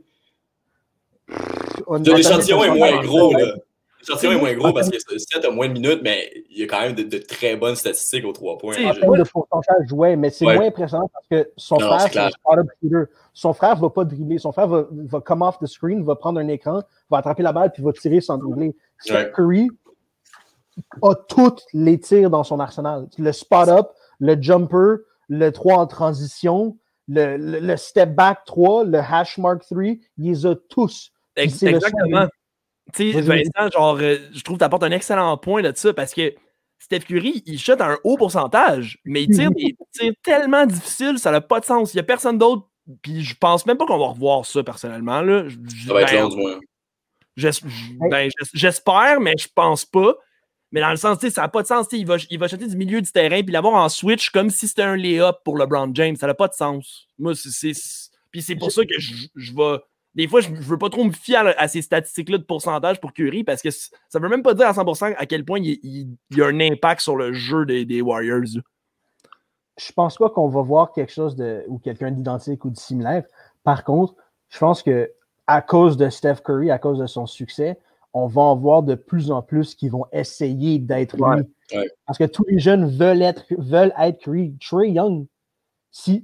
L'échantillon est moins gros, là. L'échantillon est moins gros parce que Seth a moins de minutes, mais il y a quand même de très bonnes statistiques aux 3 points. En termes de pourcentage, mais c'est moins impressionnant parce que son frère, c'est un spot-up shooter. Son frère ne va pas dribbler. Son frère va come off the screen, va prendre un écran, va attraper la balle puis va tirer sans dribbler. Steph Curry a tous les tirs dans son arsenal. Le spot-up, le jumper, le 3 en transition, le step back 3, le hash mark 3, il les a tous. Exactement. Tu sais, Vincent, je trouve que tu apportes un excellent point de ça parce que Steph Curry, il shot à un haut pourcentage, mais il tire des tirs tellement difficiles, ça n'a pas de sens. Il n'y a personne d'autre, puis je pense même pas qu'on va revoir ça personnellement. Là. Ça va être long, du moins. J'espère, mais je pense pas. Mais dans le sens, ça n'a pas de sens. Il va shotter du milieu du terrain puis l'avoir en switch comme si c'était un lay-up pour LeBron James. Ça n'a pas de sens. Moi, puis c'est pour ça que je vais... Des fois, je ne veux pas trop me fier à ces statistiques-là de pourcentage pour Curry parce que ça ne veut même pas dire à 100% à quel point il y a un impact sur le jeu des Warriors. Je pense pas qu'on va voir quelque chose ou quelqu'un d'identique ou de similaire. Par contre, je pense que à cause de Steph Curry, à cause de son succès, on va en voir de plus en plus qui vont essayer d'être lui. Ouais. Parce que tous les jeunes veulent être Curry. Trae Young, si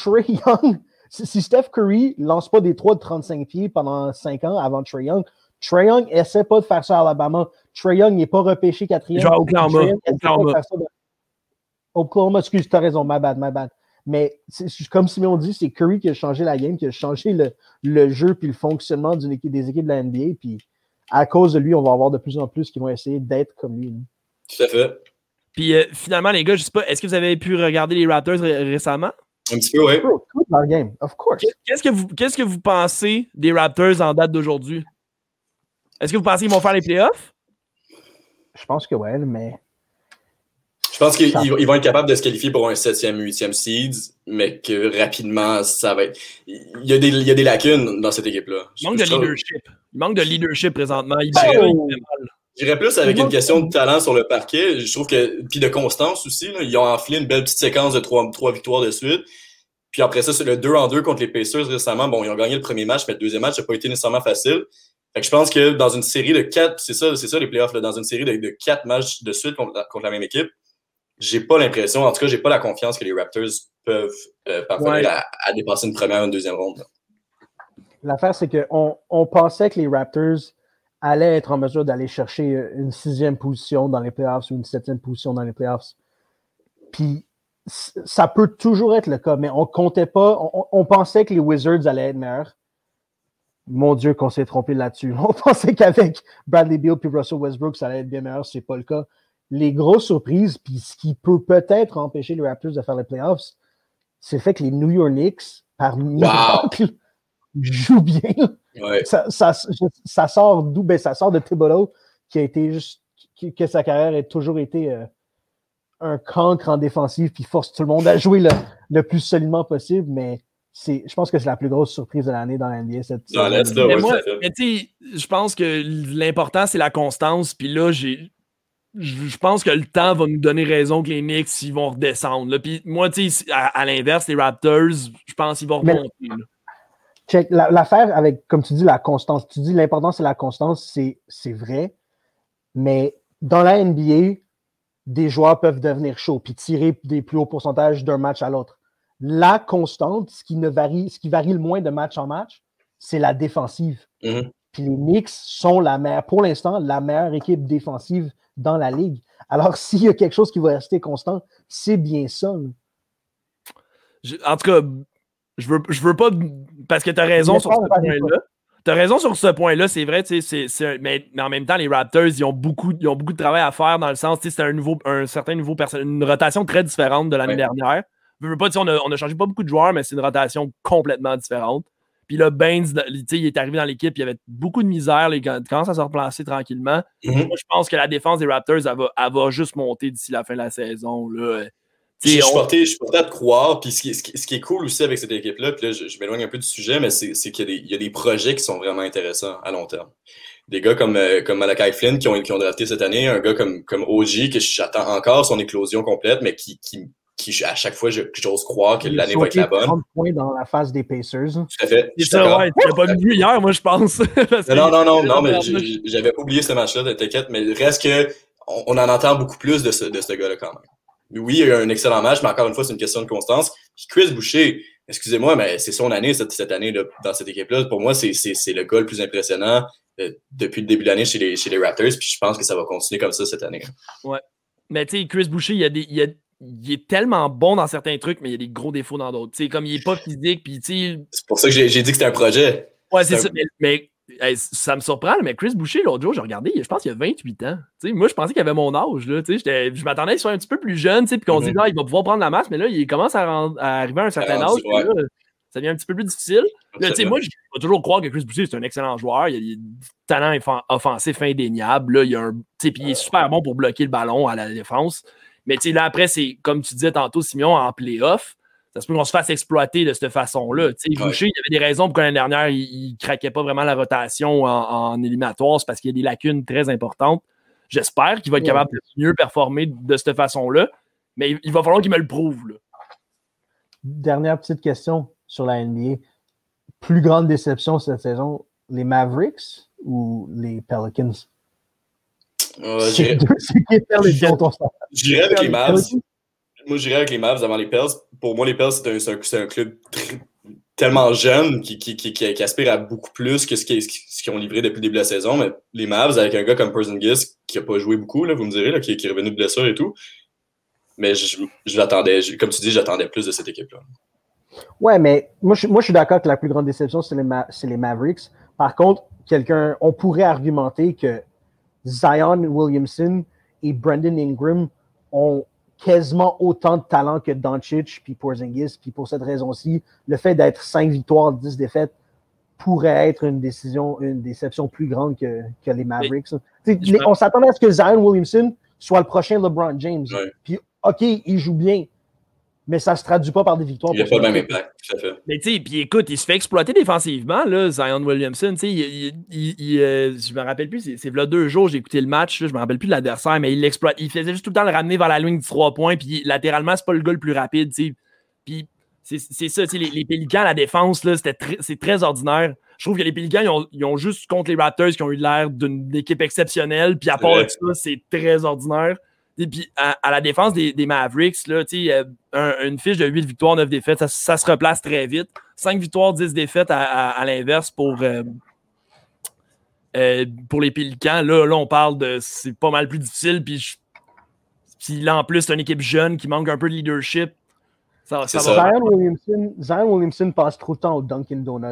Steph Curry lance pas des 3 de 35 pieds pendant 5 ans avant Trae Young essaie pas de faire ça à Alabama. Trae Young n'est pas repêché 4e. Genre Oklahoma, excuse, t'as raison, my bad. Mais comme Simon dit, c'est Curry qui a changé la game, qui a changé le jeu puis le fonctionnement des équipes de la NBA. Puis à cause de lui, on va avoir de plus en plus qui vont essayer d'être comme lui. Tout à fait. Puis finalement, les gars, je sais pas, est-ce que vous avez pu regarder les Raptors récemment? Un petit peu, oui. Tout dans le game, of course. Qu'est-ce que vous pensez des Raptors en date d'aujourd'hui? Est-ce que vous pensez qu'ils vont faire les playoffs? Je pense que oui, mais... Je pense qu'ils vont être capables de se qualifier pour un 7e, 8e seed, mais que rapidement, ça va être... Il y a des lacunes dans cette équipe-là. Il manque de leadership. Il manque de leadership présentement. J'irais plus avec une question de talent sur le parquet. Je trouve que... Puis de constance aussi. Là, ils ont enfilé une belle petite séquence de 3 victoires de suite. Puis après ça, c'est le 2-2 contre les Pacers récemment. Bon, ils ont gagné le premier match, mais le deuxième match n'a pas été nécessairement facile. Fait que je pense que dans une série de 4... C'est ça les playoffs. Là, dans une série de 4 matchs de suite contre la même équipe, j'ai pas l'impression, en tout cas, j'ai pas la confiance que les Raptors peuvent parvenir à dépasser une première ou une deuxième ronde. Là. L'affaire, c'est qu'on pensait que les Raptors allaient être en mesure d'aller chercher une 6e position dans les playoffs ou une 7e position dans les playoffs. Puis, ça peut toujours être le cas, mais on comptait pas, on pensait que les Wizards allaient être meilleurs. Mon Dieu, qu'on s'est trompé là-dessus. On pensait qu'avec Bradley Beal et Russell Westbrook, ça allait être bien meilleur, c'est pas le cas. Les grosses surprises, puis ce qui peut peut-être empêcher les Raptors de faire les playoffs, c'est le fait que les New York Knicks, par miracle, jouent bien. Ouais. Ça sort d'où? Ben, ça sort de Thibodeau, qui a été juste... que sa carrière a toujours été un cancre en défensive, puis force tout le monde à jouer le plus solidement possible, mais je pense que c'est la plus grosse surprise de l'année dans la NBA. Mais tu sais, je pense que l'important, c'est la constance, puis là, je pense que le temps va nous donner raison que les Knicks, ils vont redescendre. Là. Puis moi, tu sais, à l'inverse, les Raptors, je pense qu'ils vont remonter. Check, l'affaire avec, comme tu dis, la constance. Tu dis l'important, c'est la constance, c'est vrai. Mais dans la NBA, des joueurs peuvent devenir chauds puis tirer des plus hauts pourcentages d'un match à l'autre. La constante, ce qui varie le moins de match en match, c'est la défensive. Mm-hmm. Puis les Knicks sont pour l'instant, la meilleure équipe défensive dans la ligue. Alors, s'il y a quelque chose qui va rester constant, c'est bien ça. En tout cas, je veux pas... Parce que tu as raison sur ce point-là. Tu as raison sur ce point-là, c'est vrai. Mais en même temps, les Raptors, ils ont beaucoup de travail à faire dans le sens, c'est un certain nouveau une rotation très différente de l'année dernière. Je veux pas dire, on a changé pas beaucoup de joueurs, mais c'est une rotation complètement différente. Puis là, Baines, il est arrivé dans l'équipe, il y avait beaucoup de misère, il commence à se replacer tranquillement. Mm-hmm. Moi, je pense que la défense des Raptors, elle va juste monter d'ici la fin de la saison. Là. Je suis porté à te croire, puis ce qui est cool aussi avec cette équipe-là, puis là, je m'éloigne un peu du sujet, mais c'est qu'il y a des projets qui sont vraiment intéressants à long terme. Des gars comme Malachi Flynn qui ont drafté cette année, un gars comme OG, que j'attends encore son éclosion complète, mais qui à chaque fois, j'ose croire que l'année va être la bonne. 30 points dans la phase des Pacers. Tout à fait. C'est ça, ouais. Tu l'as pas vu hier, moi, je pense. Non, mais j'avais pas oublié ce match-là, t'inquiète, mais reste que on en entend beaucoup plus de ce gars-là quand même. Oui, il y a eu un excellent match, mais encore une fois, c'est une question de constance. Puis Chris Boucher, excusez-moi, mais c'est son année cette année là, dans cette équipe-là. Pour moi, c'est le gars le plus impressionnant depuis le début de l'année chez les Raptors, puis je pense que ça va continuer comme ça cette année. Ouais. Mais tu sais, Chris Boucher, il est tellement bon dans certains trucs, mais il y a des gros défauts dans d'autres. T'sais, comme il est pas physique, puis tu sais... C'est pour ça que j'ai dit que c'était un projet. Ouais, c'est ça. Mais ça me surprend, mais Chris Boucher, l'autre jour, j'ai regardé, je pense qu'il a 28 ans. T'sais, moi, je pensais qu'il avait mon âge. Là, je m'attendais qu'il soit un petit peu plus jeune, puis qu'on se dit, il va pouvoir prendre la masse, mais là, il commence à arriver à un certain âge. Ouais. Là, ça devient un petit peu plus difficile. Là, moi, je vais toujours croire que Chris Boucher, c'est un excellent joueur. Il a du talent offensif indéniable. Là, puis il est super bon pour bloquer le ballon à la défense. Mais là, après, c'est comme tu disais tantôt, Simon, en play-off, ça se peut qu'on se fasse exploiter de cette façon-là. Boucher, il y avait des raisons pour que l'année dernière, il ne craquait pas vraiment la rotation en éliminatoire. C'est parce qu'il y a des lacunes très importantes. J'espère qu'il va être capable de mieux performer de cette façon-là. Mais il va falloir qu'il me le prouve. Là. Dernière petite question sur la NBA. Plus grande déception cette saison, les Mavericks ou les Pelicans? J'irais avec les Mavs. Moi, j'irais avec les Mavs avant les Pels. Pour moi, les Pels, c'est un club tellement jeune qui aspire à beaucoup plus que ce qu'ils ont livré depuis le début de la saison. Mais les Mavs, avec un gars comme Porzingis, qui n'a pas joué beaucoup, là, vous me direz, là, qui est revenu de blessure et tout. Mais je l'attendais, comme tu dis, j'attendais plus de cette équipe-là. Ouais, mais moi, je suis d'accord que la plus grande déception, c'est les Mavericks. Par contre, on pourrait argumenter que Zion Williamson et Brandon Ingram ont quasiment autant de talent que Doncic puis Porzingis. Puis pour cette raison-ci, le fait d'être 5 victoires, 10 défaites pourrait être une déception plus grande que les Mavericks. On s'attendait à ce que Zion Williamson soit le prochain LeBron James. Ouais. Puis OK, il joue bien, mais ça ne se traduit pas par des victoires. Il n'a pas le même impact, tout à fait. Mais tu sais, puis écoute, il se fait exploiter défensivement, là, Zion Williamson. Tu sais, je me rappelle plus, c'est là 2 jours, j'ai écouté le match, là, je me rappelle plus de l'adversaire, mais il l'exploite. Il faisait juste tout le temps le ramener vers la ligne du 3 points, puis latéralement, c'est pas le gars le plus rapide, tu sais. Puis c'est ça, tu sais, les Pélicans, la défense, là, c'est très ordinaire. Je trouve que les Pélicans, ils ont juste contre les Raptors qui ont eu l'air d'une équipe exceptionnelle, puis à part de ça, c'est très ordinaire. Et puis à la défense des Mavericks, là, une fiche de 8 victoires, 9 défaites, ça se replace très vite. 5 victoires, 10 défaites à l'inverse pour les Pélicans. Là, on parle de c'est pas mal plus difficile. Puis là, en plus, c'est une équipe jeune qui manque un peu de leadership. Ça va. Zion Williamson passe trop de temps au Dunkin' Donut.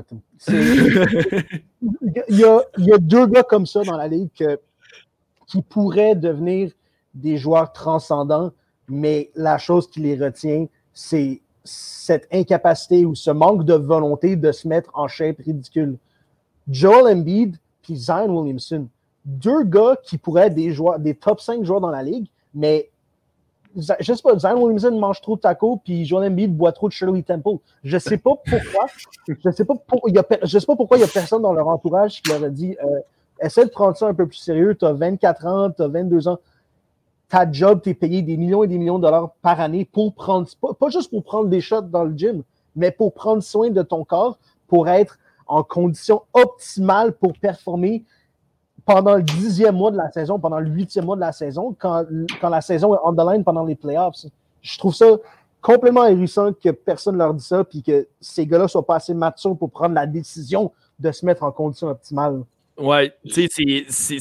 Il y a 2 gars comme ça dans la ligue qui pourraient devenir des joueurs transcendants, mais la chose qui les retient, c'est cette incapacité ou ce manque de volonté de se mettre en shape ridicule. Joel Embiid puis Zion Williamson, 2 gars qui pourraient être des top 5 joueurs dans la ligue, mais je sais pas, Zion Williamson mange trop de tacos puis Joel Embiid boit trop de Shirley Temple. Je sais pas pourquoi. Je sais pas pourquoi il y a personne dans leur entourage qui leur a dit essaie de prendre ça un peu plus sérieux, tu as 24 ans, tu as 22 ans. Ta job, t'es payé des millions et des millions de dollars par année pour prendre, pas juste pour prendre des shots dans le gym, mais pour prendre soin de ton corps, pour être en condition optimale pour performer pendant le 10e mois de la saison, pendant le 8e mois de la saison, quand la saison est on the line pendant les playoffs. Je trouve ça complètement hérissant que personne ne leur dit ça, puis que ces gars-là soient pas assez matures pour prendre la décision de se mettre en condition optimale. Ouais, tu sais,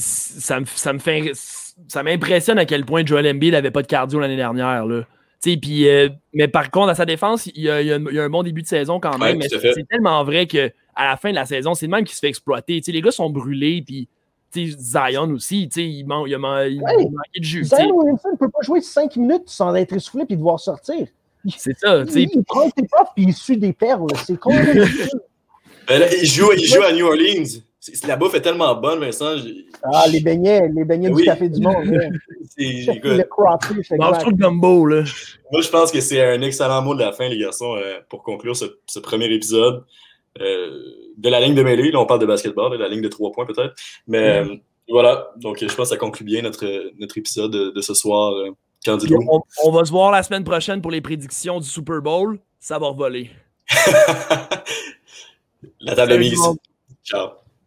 ça m'impressionne à quel point Joel Embiid n'avait pas de cardio l'année dernière. Là. Puis, mais par contre, à sa défense, il y a un bon début de saison quand même. Mais c'est tellement vrai qu'à la fin de la saison, c'est le même qui se fait exploiter. Les gars sont brûlés, puis Zion aussi, il manquait de jus. Zion Williamson ne peut pas jouer 5 minutes sans être essoufflé et devoir sortir. C'est ça. Il prend ses puffs et il suit des perles. C'est complètement ridicule. Il joue à New Orleans. La bouffe est tellement bonne, Vincent. Les beignets du Café du Monde. Le crawfish. Mange trop de gumbo, là. Moi, je pense que c'est un excellent mot de la fin, les garçons, pour conclure ce premier épisode de la ligne de mêlée. Là, on parle de basketball, de la ligne de 3 points peut-être. Mais voilà, donc je pense que ça conclut bien notre épisode de ce soir. On va se voir la semaine prochaine pour les prédictions du Super Bowl. Ça va revoler. La table est mise. Ciao.